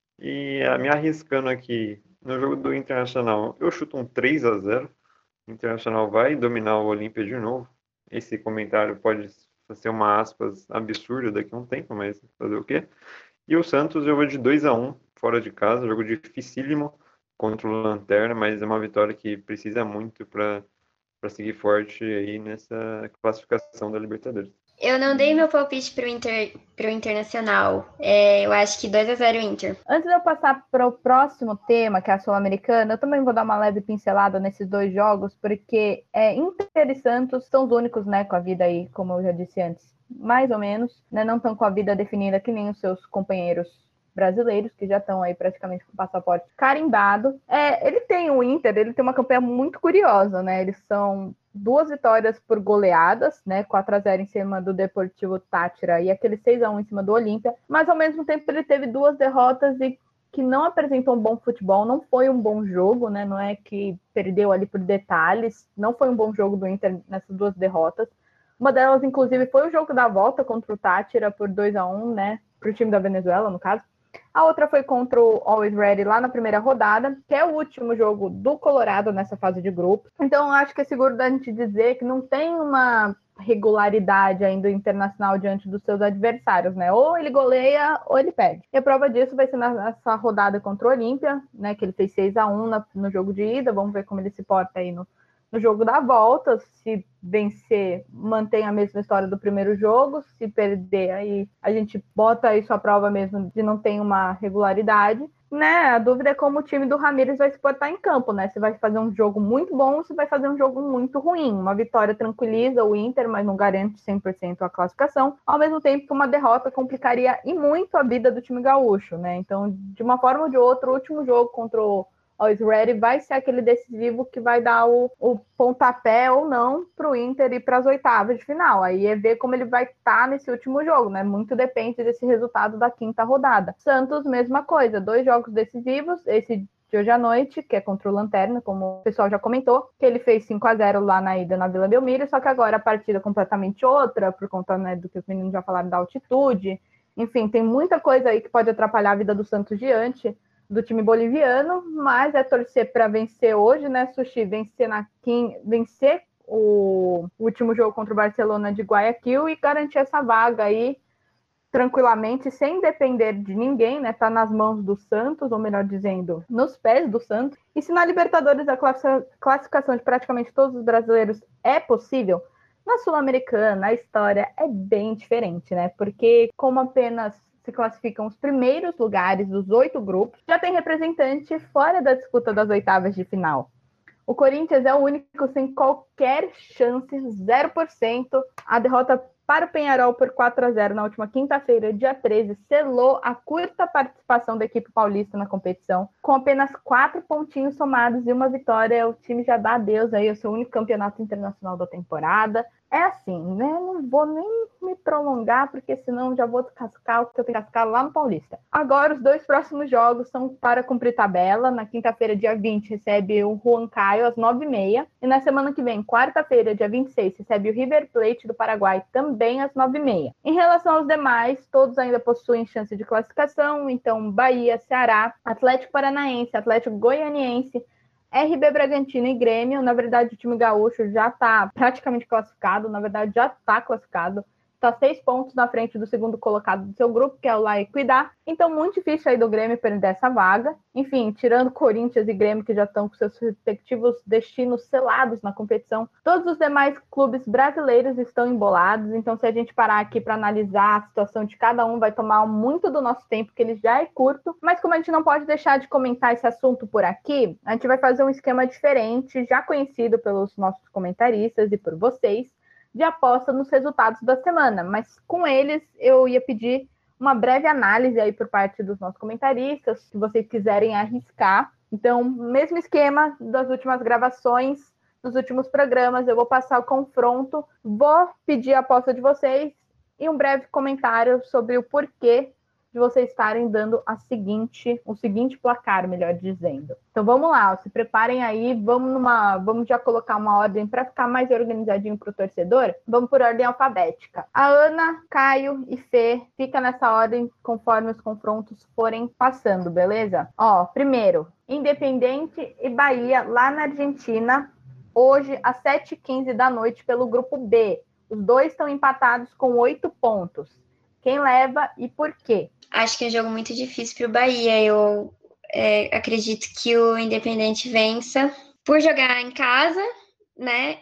E a me arriscando aqui no jogo do Internacional, eu chuto um três a zero. O Internacional vai dominar o Olímpia de novo. Esse comentário pode ser uma aspas absurda daqui a um tempo, mas fazer o quê? E o Santos eu vou de dois a um fora de casa, jogo dificílimo contra o Lanterna, mas é uma vitória que precisa muito para para seguir forte aí nessa classificação da Libertadores. Eu não dei meu palpite pro, Inter, pro Internacional. É, eu acho que dois a zero Inter. Antes de eu passar para o próximo tema, que é a Sul-Americana, eu também vou dar uma leve pincelada nesses dois jogos, porque é, Inter e Santos são os únicos, né, com a vida aí, como eu já disse antes, mais ou menos, né, não estão com a vida definida que nem os seus companheiros brasileiros, que já estão aí praticamente com o passaporte carimbado. É, ele tem o Inter, ele tem uma campanha muito curiosa, né? Eles são duas vitórias por goleadas, né? quatro a zero em cima do Deportivo Táchira e aquele seis a um em cima do Olímpia, mas ao mesmo tempo ele teve duas derrotas e que não apresentou um bom futebol, não foi um bom jogo, né? Não é que perdeu ali por detalhes, não foi um bom jogo do Inter nessas duas derrotas. Uma delas, inclusive, foi o jogo da volta contra o Táchira por dois a um, né? Para o time da Venezuela, no caso. A outra foi contra o Always Ready lá na primeira rodada, que é o último jogo do Colorado nessa fase de grupo. Então, eu acho que é seguro da gente dizer que não tem uma regularidade ainda internacional diante dos seus adversários, né? Ou ele goleia ou ele perde. E a prova disso vai ser nessa rodada contra o Olímpia, né? Que ele fez seis a um no jogo de ida. Vamos ver como ele se porta aí no, no jogo da volta. Se vencer, mantém a mesma história do primeiro jogo. Se perder, aí a gente bota isso à prova mesmo de não ter uma regularidade. Né, a dúvida é como o time do Ramires vai se portar em campo, né? Se vai fazer um jogo muito bom ou se vai fazer um jogo muito ruim. Uma vitória tranquiliza o Inter, mas não garante cem por cento a classificação, ao mesmo tempo que uma derrota complicaria e muito a vida do time gaúcho, né? Então, de uma forma ou de outra, o último jogo contra o Always Ready vai ser aquele decisivo que vai dar o, o pontapé ou não para o Inter ir para as oitavas de final. Aí é ver como ele vai estar tá nesse último jogo, né? Muito depende desse resultado da quinta rodada. Santos, mesma coisa, dois jogos decisivos, esse de hoje à noite, que é contra o Lanterna, como o pessoal já comentou, que ele fez cinco a zero lá na ida na Vila Belmiro, só que agora a partida é completamente outra, por conta, né, do que os meninos já falaram da altitude. Enfim, tem muita coisa aí que pode atrapalhar a vida do Santos diante do time boliviano, mas é torcer para vencer hoje, né, Sushi? Vencer, na quim... vencer o último jogo contra o Barcelona de Guayaquil e garantir essa vaga aí tranquilamente, sem depender de ninguém, né? Tá nas mãos do Santos, ou melhor dizendo, nos pés do Santos. E se na Libertadores a classificação de praticamente todos os brasileiros é possível, na Sul-Americana a história é bem diferente, né? Porque como apenas se classificam os primeiros lugares dos oito grupos, já tem representante fora da disputa das oitavas de final. O Corinthians é o único sem qualquer chance, zero por cento. A derrota para o Peñarol por quatro a zero na última quinta-feira, dia treze, selou a curta participação da equipe paulista na competição. Com apenas quatro pontinhos somados e uma vitória, o time já dá adeus aí ao seu único campeonato internacional da temporada. É assim, né? Não vou nem me prolongar, porque senão já vou descascar o que eu tenho que cascar lá no Paulista. Agora, os dois próximos jogos são para cumprir tabela. Na quinta-feira, dia vinte, recebe o Juan Caio às nove e meia. E na semana que vem, quarta-feira, dia vinte e seis, recebe o River Plate do Paraguai também às nove e meia. Em relação aos demais, todos ainda possuem chance de classificação. Então, Bahia, Ceará, Atlético Paranaense, Atlético Goianiense, R B Bragantino e Grêmio. Na verdade, o time gaúcho já está praticamente classificado, na verdade já está classificado, está seis pontos na frente do segundo colocado do seu grupo, que é o La Equidad. Então, muito difícil aí do Grêmio perder essa vaga. Enfim, tirando Corinthians e Grêmio, que já estão com seus respectivos destinos selados na competição, todos os demais clubes brasileiros estão embolados. Então, se a gente parar aqui para analisar a situação de cada um, vai tomar muito do nosso tempo, que ele já é curto. Mas como a gente não pode deixar de comentar esse assunto por aqui, a gente vai fazer um esquema diferente, já conhecido pelos nossos comentaristas e por vocês, de aposta nos resultados da semana, mas com eles eu ia pedir uma breve análise aí por parte dos nossos comentaristas, se vocês quiserem arriscar. Então, mesmo esquema das últimas gravações, dos últimos programas, eu vou passar o confronto, vou pedir a aposta de vocês e um breve comentário sobre o porquê de vocês estarem dando a seguinte, o seguinte placar, melhor dizendo. Então vamos lá, se preparem aí, vamos numa, vamos já colocar uma ordem para ficar mais organizadinho para o torcedor. Vamos por ordem alfabética. A Ana, Caio e Fê fica nessa ordem conforme os confrontos forem passando, beleza? Ó, primeiro, Independente e Bahia lá na Argentina, hoje às sete e quinze da noite pelo grupo B. Os dois estão empatados com oito pontos. Quem leva e por quê? Acho que é um jogo muito difícil para o Bahia. Eu é, acredito que o Independente vença por jogar em casa, né?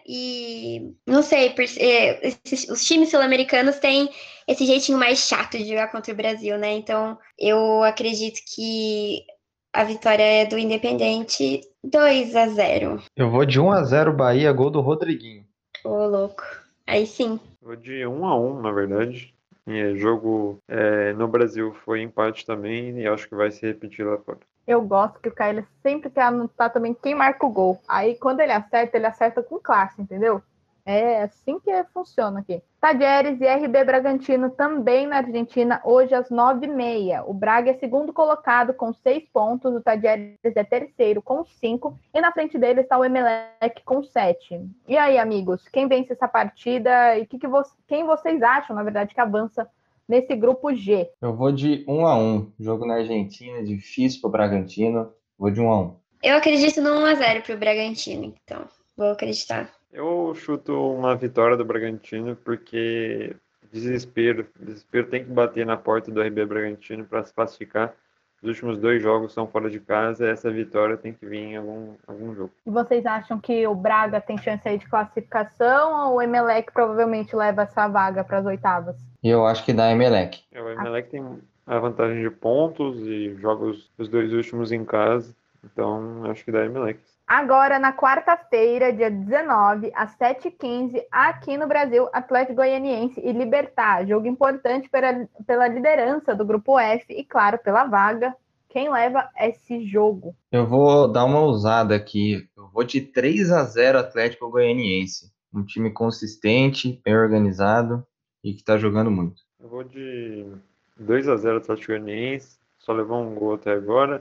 E não sei, por, é, esses, os times sul-americanos têm esse jeitinho mais chato de jogar contra o Brasil, né? Então eu acredito que a vitória é do Independente dois a zero. Eu vou de um a zero Bahia, gol do Rodriguinho. Ô, louco. Aí sim. Vou de um a um, na verdade. E jogo é, no Brasil foi empate também e acho que vai se repetir lá fora. Eu gosto que o Caio sempre quer anotar também quem marca o gol. Aí quando ele acerta, ele acerta com classe, entendeu? É assim que funciona aqui. Talleres e R B Bragantino também na Argentina, hoje às nove e meia. O Braga é segundo colocado com seis pontos, o Talleres é terceiro com cinco, e na frente dele está o Emelec com sete. E aí, amigos, quem vence essa partida e que que vo- quem vocês acham, na verdade, que avança nesse grupo G? Eu vou de um a um. Jogo na Argentina, difícil pro Bragantino. Vou de um a um. Eu acredito no um a zero pro Bragantino, então. Vou acreditar. Eu chuto uma vitória do Bragantino, porque desespero, desespero tem que bater na porta do R B Bragantino para se classificar. Os últimos dois jogos são fora de casa, essa vitória tem que vir em algum, algum jogo. E vocês acham que o Braga tem chance aí de classificação ou o Emelec provavelmente leva essa vaga para as oitavas? Eu acho que dá Emelec. É, o Emelec tem a vantagem de pontos e joga os, os dois últimos em casa, então acho que dá Emelec. Agora, na quarta-feira, dia dezenove, às sete e quinze, aqui no Brasil, Atlético Goianiense e Libertad. Jogo importante pela, pela liderança do Grupo F e, claro, pela vaga. Quem leva esse jogo? Eu vou dar uma ousada aqui. Eu vou de três a zero Atlético Goianiense. Um time consistente, bem organizado e que está jogando muito. Eu vou de dois a zero Atlético Goianiense. Só levou um gol até agora.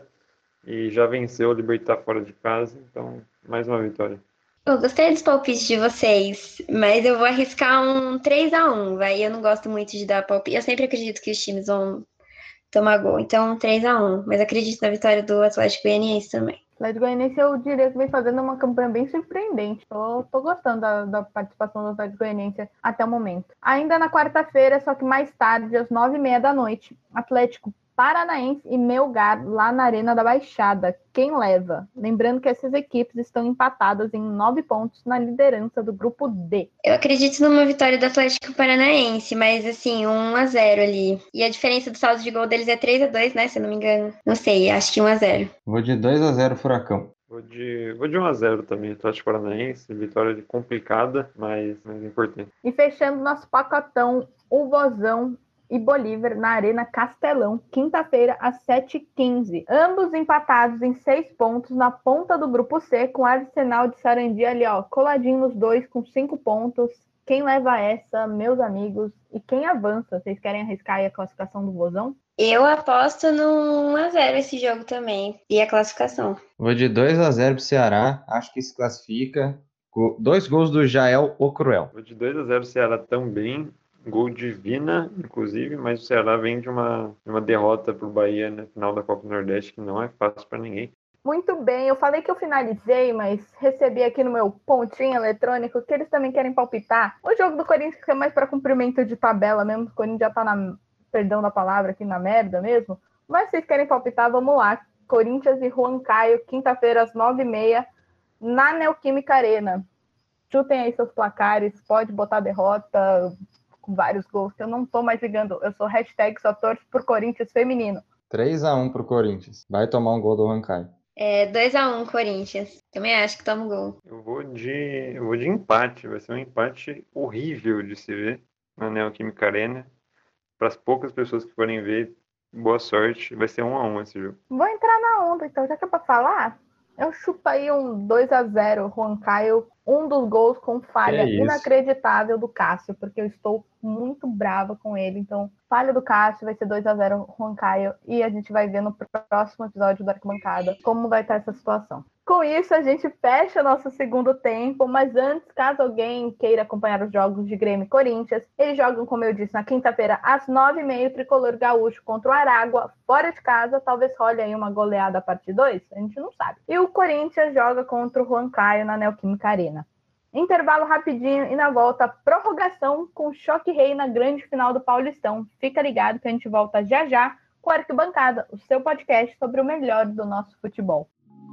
E já venceu o Libertad fora de casa, então mais uma vitória. Eu gostei dos palpites de vocês, mas eu vou arriscar um três a um, vai. Eu não gosto muito de dar palpite. Eu sempre acredito que os times vão tomar gol, então três a um. Mas acredito na vitória do Atlético Goianiense também. O Atlético Goianiense, eu diria que vem fazendo uma campanha bem surpreendente. Tô, tô gostando da, da participação do Atlético Goianiense até o momento. Ainda na quarta-feira, só que mais tarde, às nove e meia da noite, Atlético Paranaense e Melgar lá na Arena da Baixada. Quem leva? Lembrando que essas equipes estão empatadas em nove pontos na liderança do grupo D. Eu acredito numa vitória do Atlético Paranaense, mas assim, um a zero ali. E a diferença do saldo de gol deles é três a dois, né? Se eu não me engano. Não sei, acho que um a zero. Vou de dois a zero Furacão. Vou de, vou de um a zero também, Atlético Paranaense. Vitória complicada, mas, mas importante. E fechando nosso pacotão, o Vozão e Bolívar na Arena Castelão, quinta-feira, às sete e quinze. Ambos empatados em seis pontos na ponta do grupo C, com o Arsenal de Sarandi ali, ó, coladinho nos dois, com cinco pontos. Quem leva essa, meus amigos? E quem avança? Vocês querem arriscar aí a classificação do Vozão? Eu aposto no um a zero esse jogo também, e a classificação. Vou de dois a zero pro Ceará, acho que se classifica. Dois gols do Jael o Cruel. Vou de dois a zero Ceará também. Gol de Vina, inclusive, mas o Ceará vem de uma, de uma derrota para o Bahia na final da Copa do Nordeste, que não é fácil para ninguém. Muito bem, eu falei que eu finalizei, mas recebi aqui no meu pontinho eletrônico que eles também querem palpitar. O jogo do Corinthians é mais para cumprimento de tabela mesmo, o Corinthians já tá na, perdão da palavra, aqui na merda mesmo. Mas vocês querem palpitar, vamos lá. Corinthians e Juan Caio, quinta-feira às nove e meia, na Neoquímica Arena. Chutem aí seus placares, pode botar derrota com vários gols, que eu não tô mais ligando. Eu sou hashtag só torço por Corinthians feminino. três a um pro Corinthians. Vai tomar um gol do Juan Caio. É dois a um Corinthians. Também acho que toma um gol. Eu vou de, eu vou de empate. Vai ser um empate horrível de se ver na Neoquímica Arena. Para as poucas pessoas que forem ver, boa sorte. Vai ser um a um esse jogo. Vou entrar na onda, então, já que é pra falar, eu chuto aí um dois a zero Juan Caio, um dos gols com falha inacreditável do Cássio, porque eu estou muito brava com ele. Então, falha do Cássio, vai ser dois a zero Juan Caio, e a gente vai ver no próximo episódio do Arquibancada como vai estar essa situação. Com isso, a gente fecha nosso segundo tempo, mas antes, caso alguém queira acompanhar os jogos de Grêmio e Corinthians, eles jogam, como eu disse, na quinta-feira, às nove e meia, o Tricolor Gaúcho contra o Aragua, fora de casa. Talvez role aí uma goleada a parte dois, a gente não sabe. E o Corinthians joga contra o Juan Caio na Neoquímica Arena. Intervalo rapidinho e na volta, prorrogação com Choque Rei na grande final do Paulistão. Fica ligado que a gente volta já já com a Arquibancada, o seu podcast sobre o melhor do nosso futebol.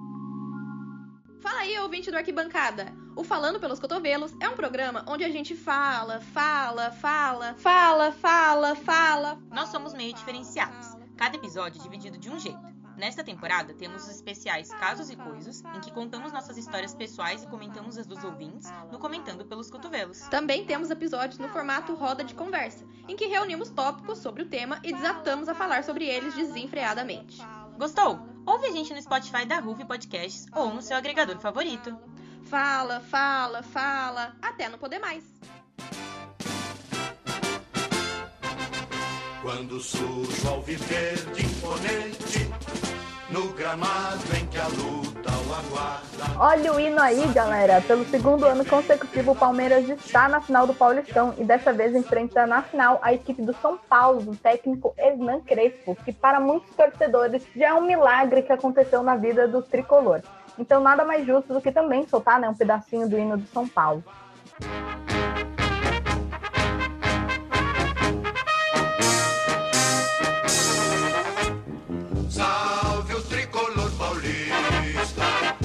Fala aí, ouvinte do Arquibancada! O Falando Pelos Cotovelos é um programa onde a gente fala, fala, fala, fala, fala, fala. Nós somos meio diferenciados. Cada episódio é dividido de um jeito. Nesta temporada, temos os especiais Casos e Coisas, em que contamos nossas histórias pessoais e comentamos as dos ouvintes no Comentando Pelos Cotovelos. Também temos episódios no formato roda de conversa, em que reunimos tópicos sobre o tema e desatamos a falar sobre eles desenfreadamente. Gostou? Ouve a gente no Spotify da Ruve Podcasts ou no seu agregador favorito. Fala, fala, fala, até não poder mais. Quando surge ao viver de imponente, no gramado em que a luta o aguarda. Olha o hino aí, galera. Pelo segundo ano consecutivo, o Palmeiras está na final do Paulistão e dessa vez enfrenta na final a equipe do São Paulo, do técnico Hernan Crespo, que para muitos torcedores já é um milagre que aconteceu na vida do tricolor. Então nada mais justo do que também soltar, né, um pedacinho do hino do São Paulo. Salve o tricolor paulista,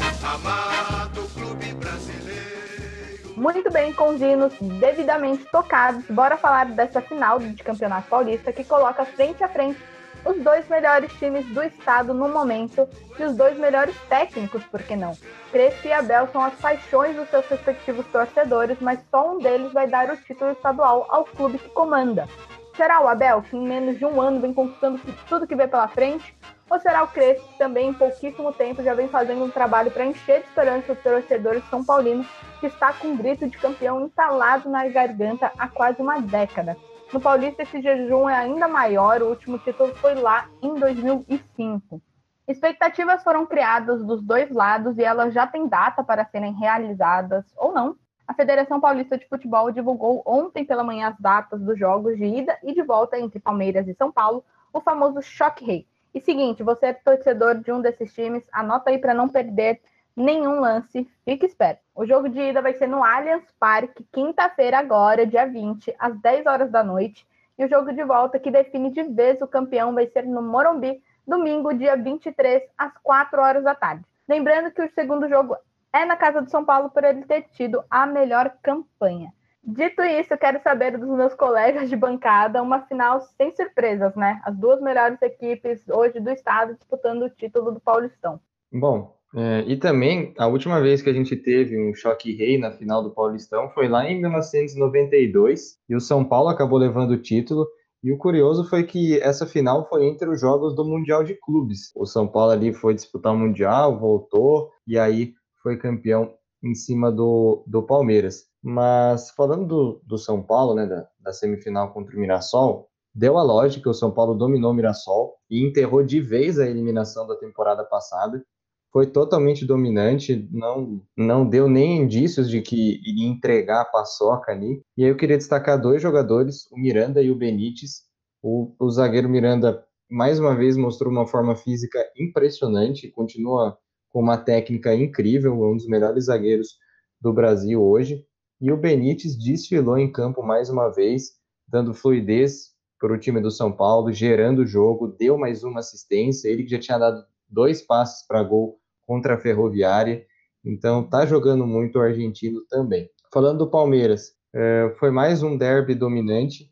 amado clube brasileiro. Muito bem, com os hinos devidamente tocados, bora falar dessa final de Campeonato Paulista que coloca frente a frente os dois melhores times do estado no momento e os dois melhores técnicos, por que não? Crespo e Abel são as paixões dos seus respectivos torcedores, mas só um deles vai dar o título estadual ao clube que comanda. Será o Abel, que em menos de um ano vem conquistando tudo que vê pela frente? Ou será o Crespo, que também em pouquíssimo tempo já vem fazendo um trabalho para encher de esperança os torcedores são paulinos, que está com um grito de campeão entalado na garganta há quase uma década? No Paulista, esse jejum é ainda maior, o último título foi lá em dois mil e cinco. Expectativas foram criadas dos dois lados e elas já têm data para serem realizadas, ou não. A Federação Paulista de Futebol divulgou ontem pela manhã as datas dos jogos de ida e de volta entre Palmeiras e São Paulo, o famoso Choque Rei. E seguinte, você é torcedor de um desses times, anota aí para não perder nenhum lance, fique esperto. O jogo de ida vai ser no Allianz Parque, quinta-feira agora, dia vinte, às dez horas da noite. E o jogo de volta, que define de vez o campeão, vai ser no Morumbi, domingo, dia vinte e três, às quatro horas da tarde. Lembrando que o segundo jogo é na casa do São Paulo por ele ter tido a melhor campanha. Dito isso, eu quero saber dos meus colegas de bancada uma final sem surpresas, né? As duas melhores equipes hoje do estado disputando o título do Paulistão. Bom, é, e também a última vez que a gente teve um choque rei na final do Paulistão foi lá em mil novecentos e noventa e dois e o São Paulo acabou levando o título. E o curioso foi que essa final foi entre os jogos do Mundial de Clubes. O São Paulo ali foi disputar o Mundial, voltou e aí foi campeão em cima do, do Palmeiras. Mas falando do, do São Paulo, né, da, da semifinal contra o Mirassol, deu a lógica, o São Paulo dominou o Mirassol e enterrou de vez a eliminação da temporada passada. Foi totalmente dominante, não, não deu nem indícios de que iria entregar a paçoca ali. E aí eu queria destacar dois jogadores, o Miranda e o Benítez. O, o zagueiro Miranda, mais uma vez, mostrou uma forma física impressionante, continua com uma técnica incrível, é um dos melhores zagueiros do Brasil hoje. E o Benítez desfilou em campo mais uma vez, dando fluidez para o time do São Paulo, gerando o jogo, deu mais uma assistência, ele que já tinha dado dois passes para gol contra a Ferroviária, então tá jogando muito o argentino também. Falando do Palmeiras, é, foi mais um derby dominante,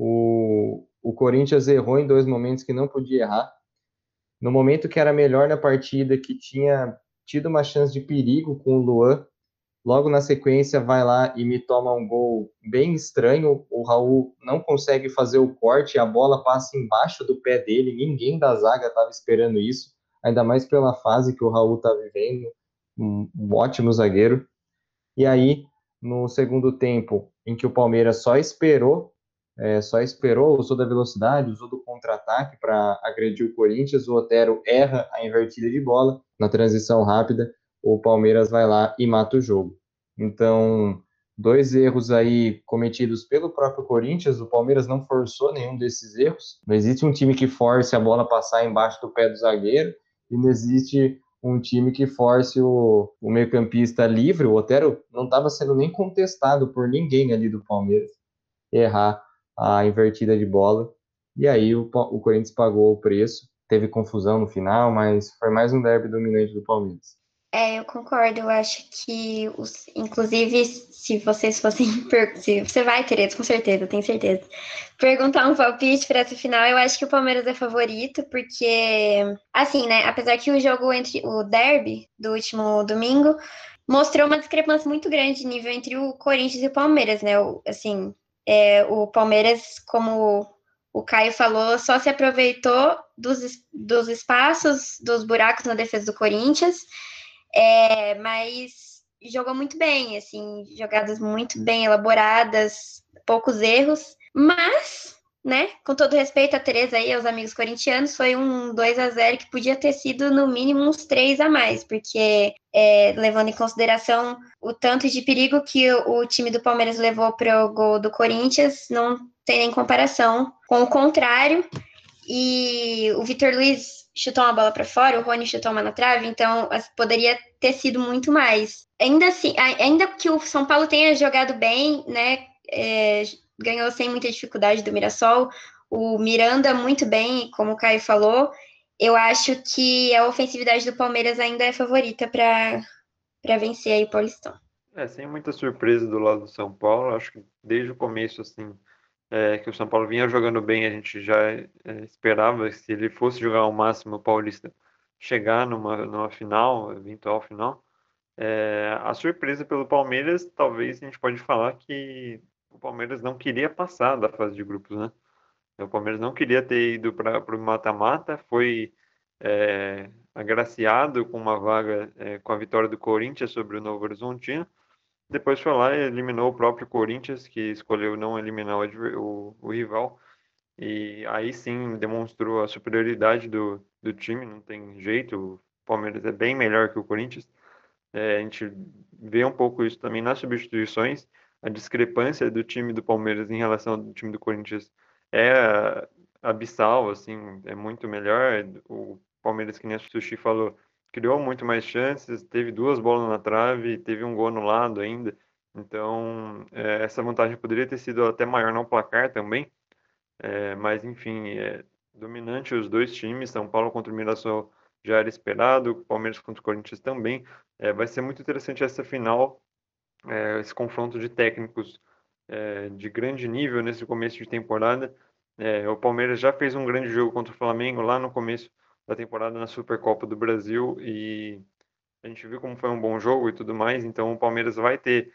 o, o Corinthians errou em dois momentos que não podia errar, no momento que era melhor na partida, que tinha tido uma chance de perigo com o Luan, logo na sequência vai lá e me toma um gol bem estranho, o Raul não consegue fazer o corte, a bola passa embaixo do pé dele, ninguém da zaga estava esperando isso, ainda mais pela fase que o Raul está vivendo, um, um ótimo zagueiro. E aí, no segundo tempo, em que o Palmeiras só esperou, é, só esperou, usou da velocidade, usou do contra-ataque para agredir o Corinthians, o Otero erra a invertida de bola, na transição rápida, o Palmeiras vai lá e mata o jogo. Então, dois erros aí cometidos pelo próprio Corinthians, o Palmeiras não forçou nenhum desses erros, não existe um time que force a bola passar embaixo do pé do zagueiro, e não existe um time que force o, o meio-campista livre, o Otero não estava sendo nem contestado por ninguém ali do Palmeiras, errar a invertida de bola, e aí o, o Corinthians pagou o preço, teve confusão no final, mas foi mais um derby dominante do Palmeiras. É, eu concordo, eu acho que, os, inclusive, se vocês fossem, se você vai, Tereza, com certeza, tenho certeza, perguntar um palpite para essa final, eu acho que o Palmeiras é favorito, porque, assim, né, apesar que o jogo entre o derby do último domingo mostrou uma discrepância muito grande de nível entre o Corinthians e o Palmeiras, né, o, assim, é, o Palmeiras, como o Caio falou, só se aproveitou dos, dos espaços, dos buracos na defesa do Corinthians. É, mas jogou muito bem, assim, jogadas muito bem elaboradas, poucos erros, mas, né, com todo respeito a Tereza e aos amigos corintianos, foi um dois a zero que podia ter sido no mínimo uns três a mais, porque é, levando em consideração o tanto de perigo que o, o time do Palmeiras levou para o gol do Corinthians, não tem nem comparação com o contrário, e o Vitor Luiz chutou uma bola para fora, o Rony chutou uma na trave, então poderia ter sido muito mais. Ainda assim, ainda que o São Paulo tenha jogado bem, né, é, ganhou sem muita dificuldade do Mirassol, o Miranda muito bem, como o Caio falou, eu acho que a ofensividade do Palmeiras ainda é favorita para para vencer aí o Paulistão. É, sem muita surpresa do lado do São Paulo, acho que desde o começo, assim, é, que o São Paulo vinha jogando bem, a gente já é, esperava, se ele fosse jogar ao máximo o Paulista, chegar numa, numa final, eventual final. É, a surpresa pelo Palmeiras, talvez a gente pode falar que o Palmeiras não queria passar da fase de grupos, né? O Palmeiras não queria ter ido para o mata-mata, foi é, agraciado com uma vaga é, com a vitória do Corinthians sobre o Novo Horizontino. Depois foi lá e eliminou o próprio Corinthians, que escolheu não eliminar o, o, o rival. E aí sim demonstrou a superioridade do, do time, não tem jeito. O Palmeiras é bem melhor que o Corinthians. É, a gente vê um pouco isso também nas substituições. A discrepância do time do Palmeiras em relação ao time do Corinthians é abissal, assim, é muito melhor. O Palmeiras, que nem a Sushi falou, criou muito mais chances, teve duas bolas na trave, teve um gol anulado ainda. Então, é, essa vantagem poderia ter sido até maior no placar também. É, mas, enfim, é dominante os dois times. São Paulo contra o Mirassol já era esperado, Palmeiras contra o Corinthians também. É, vai ser muito interessante essa final, é, esse confronto de técnicos é, de grande nível nesse começo de temporada. É, o Palmeiras já fez um grande jogo contra o Flamengo lá no começo da temporada na Supercopa do Brasil e a gente viu como foi um bom jogo e tudo mais. Então o Palmeiras vai ter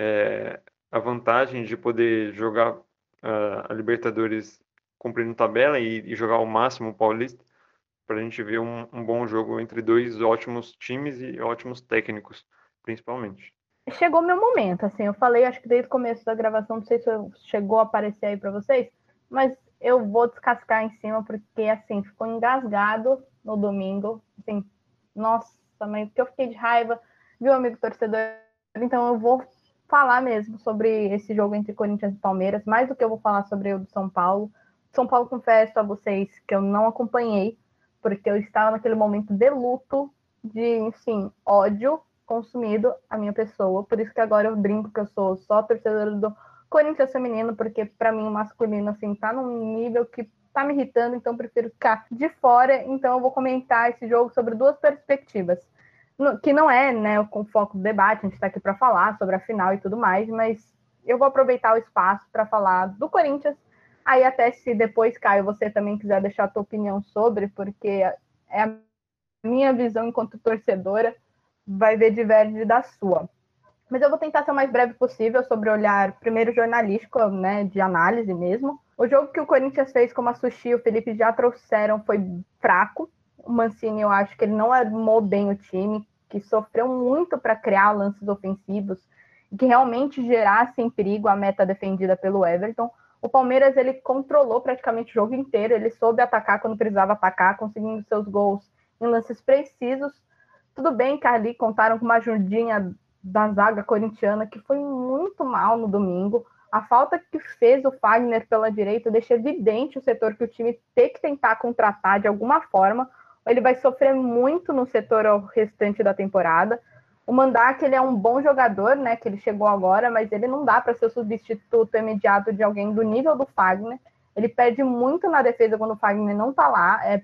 é, a vantagem de poder jogar uh, a Libertadores cumprindo tabela e, e jogar ao máximo o Paulista, para a gente ver um, um bom jogo entre dois ótimos times e ótimos técnicos, principalmente. Chegou meu momento, assim, eu falei, acho que desde o começo da gravação, não sei se chegou a aparecer aí para vocês, mas eu vou descascar em cima, porque, assim, ficou engasgado no domingo, assim, nossa, mas porque eu fiquei de raiva, viu, amigo torcedor? Então eu vou falar mesmo sobre esse jogo entre Corinthians e Palmeiras, mais do que eu vou falar sobre o do São Paulo. São Paulo, confesso a vocês que eu não acompanhei, porque eu estava naquele momento de luto, de, enfim, ódio consumido a minha pessoa, por isso que agora eu brinco que eu sou só torcedora do Corinthians feminino, porque para mim o masculino, assim, tá num nível que tá me irritando, então eu prefiro ficar de fora. Então eu vou comentar esse jogo sobre duas perspectivas, que não é, né, o foco do debate, a gente tá aqui para falar sobre a final e tudo mais, mas eu vou aproveitar o espaço para falar do Corinthians, aí até se depois, Caio, você também quiser deixar a tua opinião sobre, porque é a minha visão enquanto torcedora, vai ver diverge da sua. Mas eu vou tentar ser o mais breve possível sobre o olhar, primeiro, jornalístico, né, de análise mesmo. O jogo que o Corinthians fez, como a Sushi e o Felipe já trouxeram, foi fraco. O Mancini, eu acho que ele não armou bem o time, que sofreu muito para criar lances ofensivos, que realmente gerassem perigo a meta defendida pelo Everton. O Palmeiras, ele controlou praticamente o jogo inteiro, ele soube atacar quando precisava atacar, conseguindo seus gols em lances precisos. Tudo bem que ali contaram com uma ajudinha da zaga corintiana, que foi muito mal no domingo. A falta que fez o Fagner pela direita deixa evidente o setor que o time tem que tentar contratar de alguma forma. Ele vai sofrer muito no setor ao restante da temporada. O Mandak, ele é um bom jogador, né, que ele chegou agora, mas ele não dá para ser o substituto imediato de alguém do nível do Fagner. Ele perde muito na defesa quando o Fagner não está lá. É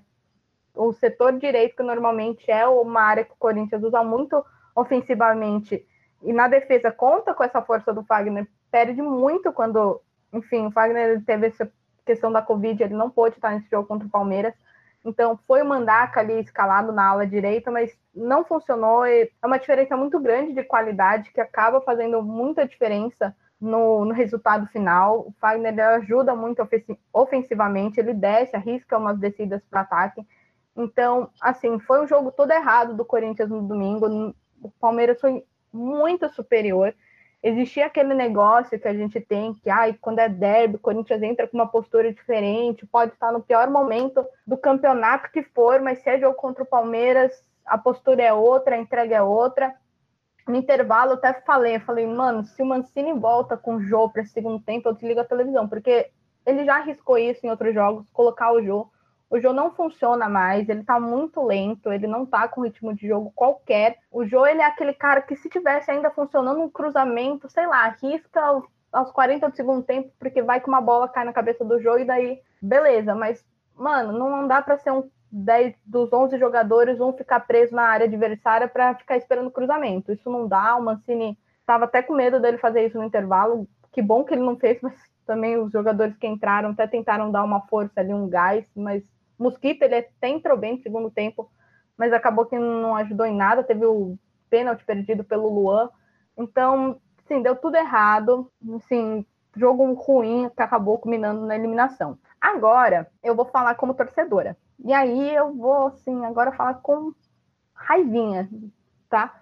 o setor direito, que normalmente é uma área que o Corinthians usa muito ofensivamente, e na defesa conta com essa força do Fagner, perde muito quando, enfim, o Fagner teve essa questão da Covid, ele não pôde estar nesse jogo contra o Palmeiras, então foi o Mandaca ali escalado na ala direita, mas não funcionou, e é uma diferença muito grande de qualidade, que acaba fazendo muita diferença no, no resultado final. O Fagner ajuda muito ofensivamente, ele desce, arrisca umas descidas para ataque. Então, assim, foi um jogo todo errado do Corinthians no domingo. O Palmeiras foi muito superior. Existia aquele negócio que a gente tem, que ai, quando é derby, o Corinthians entra com uma postura diferente, pode estar no pior momento do campeonato que for, mas se é jogo contra o Palmeiras, a postura é outra, a entrega é outra. No intervalo, eu até falei, eu falei, mano, se o Mancini volta com o Jô para esse segundo tempo, eu desligo a televisão, porque ele já arriscou isso em outros jogos, colocar o Jô. O Jô não funciona mais, ele tá muito lento, ele não tá com ritmo de jogo qualquer. O Jô, ele é aquele cara que se tivesse ainda funcionando um cruzamento, sei lá, arrisca aos quarenta do segundo tempo, porque vai que uma bola cai na cabeça do Jô e daí, beleza. Mas, mano, não dá pra ser um dez dos onze jogadores, um ficar preso na área adversária pra ficar esperando cruzamento. Isso não dá, o Mancini tava até com medo dele fazer isso no intervalo. Que bom que ele não fez, mas também os jogadores que entraram até tentaram dar uma força ali, um gás, mas Mosquito, ele até entrou bem no segundo tempo, mas acabou que não ajudou em nada, teve o pênalti perdido pelo Luan, então, sim, deu tudo errado, assim, jogo ruim que acabou culminando na eliminação. Agora, eu vou falar como torcedora, e aí eu vou, assim, agora falar com raivinha, tá?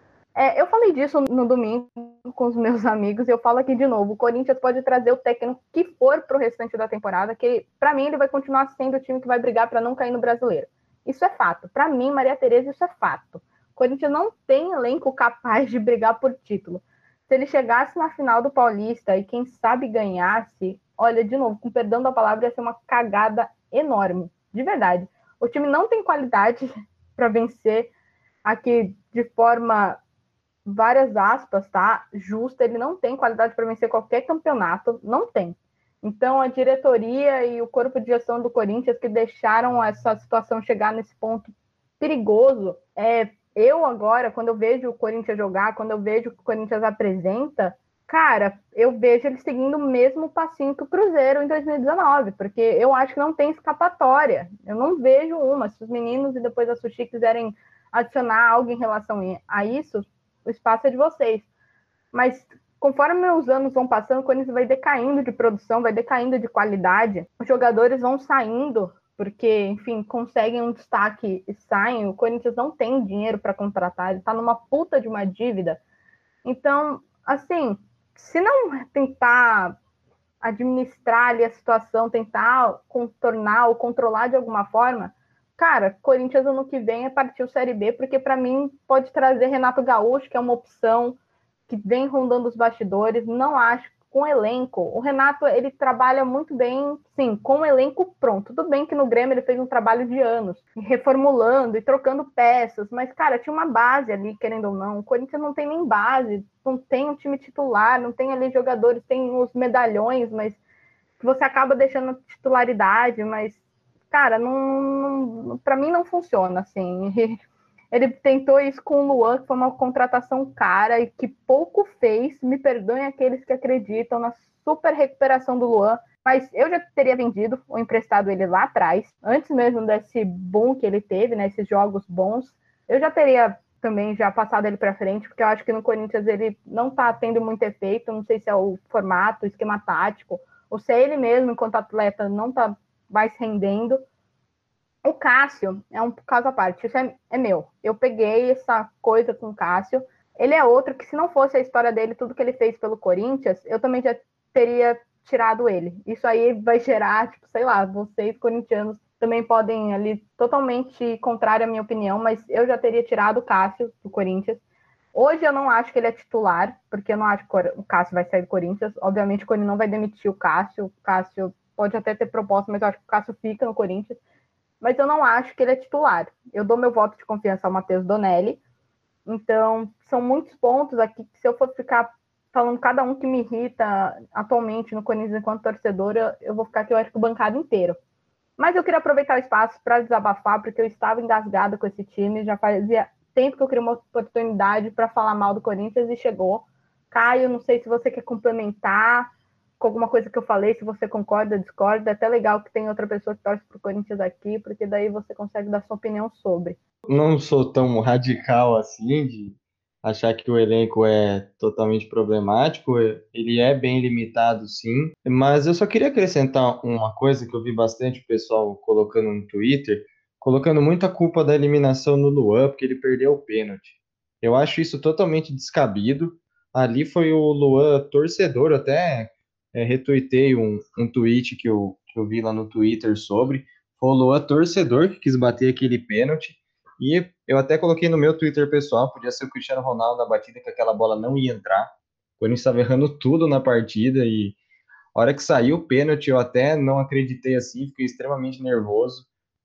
É, eu falei disso no domingo com os meus amigos e eu falo aqui de novo. O Corinthians pode trazer o técnico que for para o restante da temporada, que para mim ele vai continuar sendo o time que vai brigar para não cair no Brasileiro. Isso é fato. Para mim, Maria Tereza, isso é fato. O Corinthians não tem elenco capaz de brigar por título. Se ele chegasse na final do Paulista e quem sabe ganhasse, olha, de novo, com perdão da palavra, ia ser uma cagada enorme. De verdade. O time não tem qualidade para vencer aqui de forma... várias aspas, tá? Justa, ele não tem qualidade para vencer qualquer campeonato, não tem. Então, a diretoria e o corpo de gestão do Corinthians que deixaram essa situação chegar nesse ponto perigoso, é, eu agora, quando eu vejo o Corinthians jogar, quando eu vejo o que o Corinthians apresenta, cara, eu vejo ele seguindo o mesmo passinho que o Cruzeiro em dois mil e dezenove, porque eu acho que não tem escapatória. Eu não vejo uma. Se os meninos e depois a Sushi quiserem adicionar algo em relação a isso, o espaço é de vocês. Mas conforme os anos vão passando, o Corinthians vai decaindo de produção, vai decaindo de qualidade, os jogadores vão saindo, porque, enfim, conseguem um destaque e saem. O Corinthians não tem dinheiro para contratar, ele está numa puta de uma dívida. Então, assim, se não tentar administrar ali a situação, tentar contornar ou controlar de alguma forma, cara, Corinthians ano que vem é partir o Série B, porque para mim pode trazer Renato Gaúcho, que é uma opção que vem rondando os bastidores. Não acho, com elenco, o Renato, ele trabalha muito bem, sim, com o elenco pronto. Tudo bem que no Grêmio ele fez um trabalho de anos, reformulando e trocando peças, mas, cara, tinha uma base ali, querendo ou não. O Corinthians não tem nem base, não tem um time titular, não tem ali jogadores, tem os medalhões, mas você acaba deixando titularidade, mas cara, não, não, para mim não funciona, assim. Ele tentou isso com o Luan, que foi uma contratação cara e que pouco fez. Me perdoem aqueles que acreditam na super recuperação do Luan, mas eu já teria vendido ou emprestado ele lá atrás, antes mesmo desse boom que ele teve, né, esses jogos bons. Eu já teria também já passado ele para frente, porque eu acho que no Corinthians ele não está tendo muito efeito. Não sei se é o formato, o esquema tático, ou se é ele mesmo, enquanto atleta, não está vai se rendendo. O Cássio é um caso à parte, isso é, é meu. Eu peguei essa coisa com o Cássio. Ele é outro que, se não fosse a história dele, tudo que ele fez pelo Corinthians, eu também já teria tirado ele. Isso aí vai gerar, tipo, sei lá, vocês corintianos também podem ali totalmente contrário à minha opinião, mas eu já teria tirado o Cássio do Corinthians. Hoje eu não acho que ele é titular, porque eu não acho que o Cássio vai sair do Corinthians. Obviamente o Corinthians não vai demitir o Cássio. O Cássio pode até ter proposta, mas eu acho que o Cássio fica no Corinthians. Mas eu não acho que ele é titular. Eu dou meu voto de confiança ao Matheus Donelli. Então, são muitos pontos aqui que, se eu for ficar falando cada um que me irrita atualmente no Corinthians enquanto torcedora, eu vou ficar aqui, eu acho que o bancado inteiro. Mas eu queria aproveitar o espaço para desabafar, porque eu estava engasgada com esse time. Já fazia tempo que eu queria uma oportunidade para falar mal do Corinthians e chegou. Caio, não sei se você quer complementar com alguma coisa que eu falei, se você concorda, discorda. É até legal que tem outra pessoa que torce pro Corinthians aqui, porque daí você consegue dar sua opinião sobre. Não sou tão radical assim de achar que o elenco é totalmente problemático. Ele é bem limitado, sim. Mas eu só queria acrescentar uma coisa que eu vi bastante o pessoal colocando no Twitter, colocando muita culpa da eliminação no Luan, porque ele perdeu o pênalti. Eu acho isso totalmente descabido. Ali foi o Luan torcedor, até é, retuitei um, um tweet que eu, que eu vi lá no Twitter sobre. Foi o Luan torcedor que quis bater aquele pênalti. E eu até coloquei no meu Twitter pessoal, podia ser o Cristiano Ronaldo na batida, que aquela bola não ia entrar. O Corinthians estava errando tudo na partida e a hora que saiu o pênalti eu até não acreditei assim, fiquei extremamente nervoso.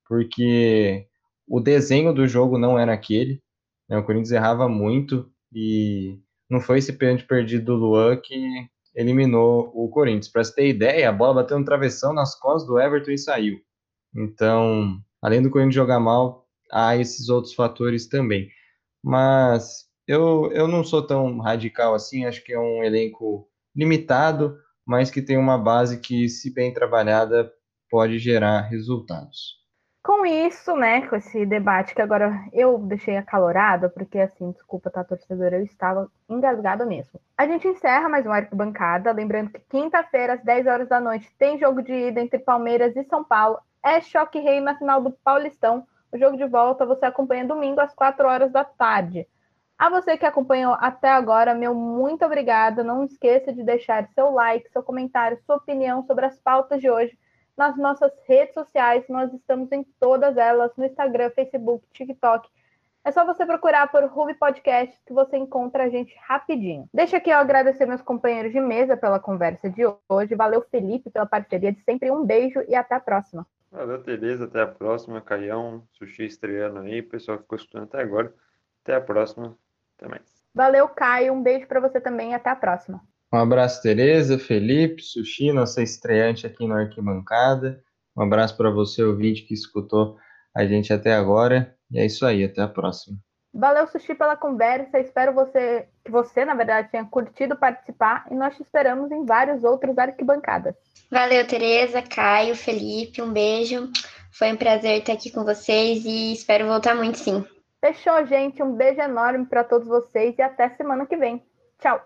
porque o desenho do jogo não era aquele, né? O Corinthians errava muito e não foi esse pênalti perdido do Luan que eliminou o Corinthians. Para você ter ideia, a bola bateu no travessão nas costas do Everton e saiu. Então, além do Corinthians jogar mal, há esses outros fatores também. Mas eu, eu não sou tão radical assim, acho que é um elenco limitado, mas que tem uma base que, se bem trabalhada, pode gerar resultados. Com isso, né, com esse debate que agora eu deixei acalorado, porque assim, desculpa, tá, torcedora, eu estava engasgada mesmo. A gente encerra mais um Arquibancada, lembrando que quinta-feira, às dez horas da noite, tem jogo de ida entre Palmeiras e São Paulo, é choque rei na final do Paulistão. O jogo de volta você acompanha domingo às quatro horas da tarde. A você que acompanhou até agora, meu muito obrigada. Não esqueça de deixar seu like, seu comentário, sua opinião sobre as pautas de hoje nas nossas redes sociais. Nós estamos em todas elas, no Instagram, Facebook, TikTok. É só você procurar por Ruby Podcast que você encontra a gente rapidinho. Deixa aqui eu agradecer meus companheiros de mesa pela conversa de hoje. Valeu, Felipe, pela parceria de sempre. Um beijo e até a próxima. Valeu, Tereza. Até a próxima. Caião, Sushi estreando aí. O pessoal que ficou escutando até agora. Até a próxima. Até mais. Valeu, Caio. Um beijo para você também e até a próxima. Um abraço, Tereza, Felipe, Sushi, nossa estreante aqui no Arquibancada. Um abraço para você, ouvinte, que escutou a gente até agora. E é isso aí, até a próxima. Valeu, Sushi, pela conversa. Espero você, que você, na verdade, tenha curtido participar. E nós te esperamos em vários outros Arquibancadas. Valeu, Tereza, Caio, Felipe. Um beijo. Foi um prazer estar aqui com vocês e espero voltar muito, sim. Fechou, gente. Um beijo enorme para todos vocês e até semana que vem. Tchau.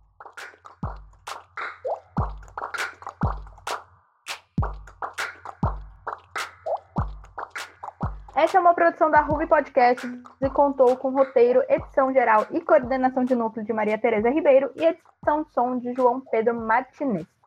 Essa é uma produção da Ruby Podcast e contou com roteiro, edição geral e coordenação de núcleo de Maria Tereza Ribeiro e edição de som de João Pedro Martinez.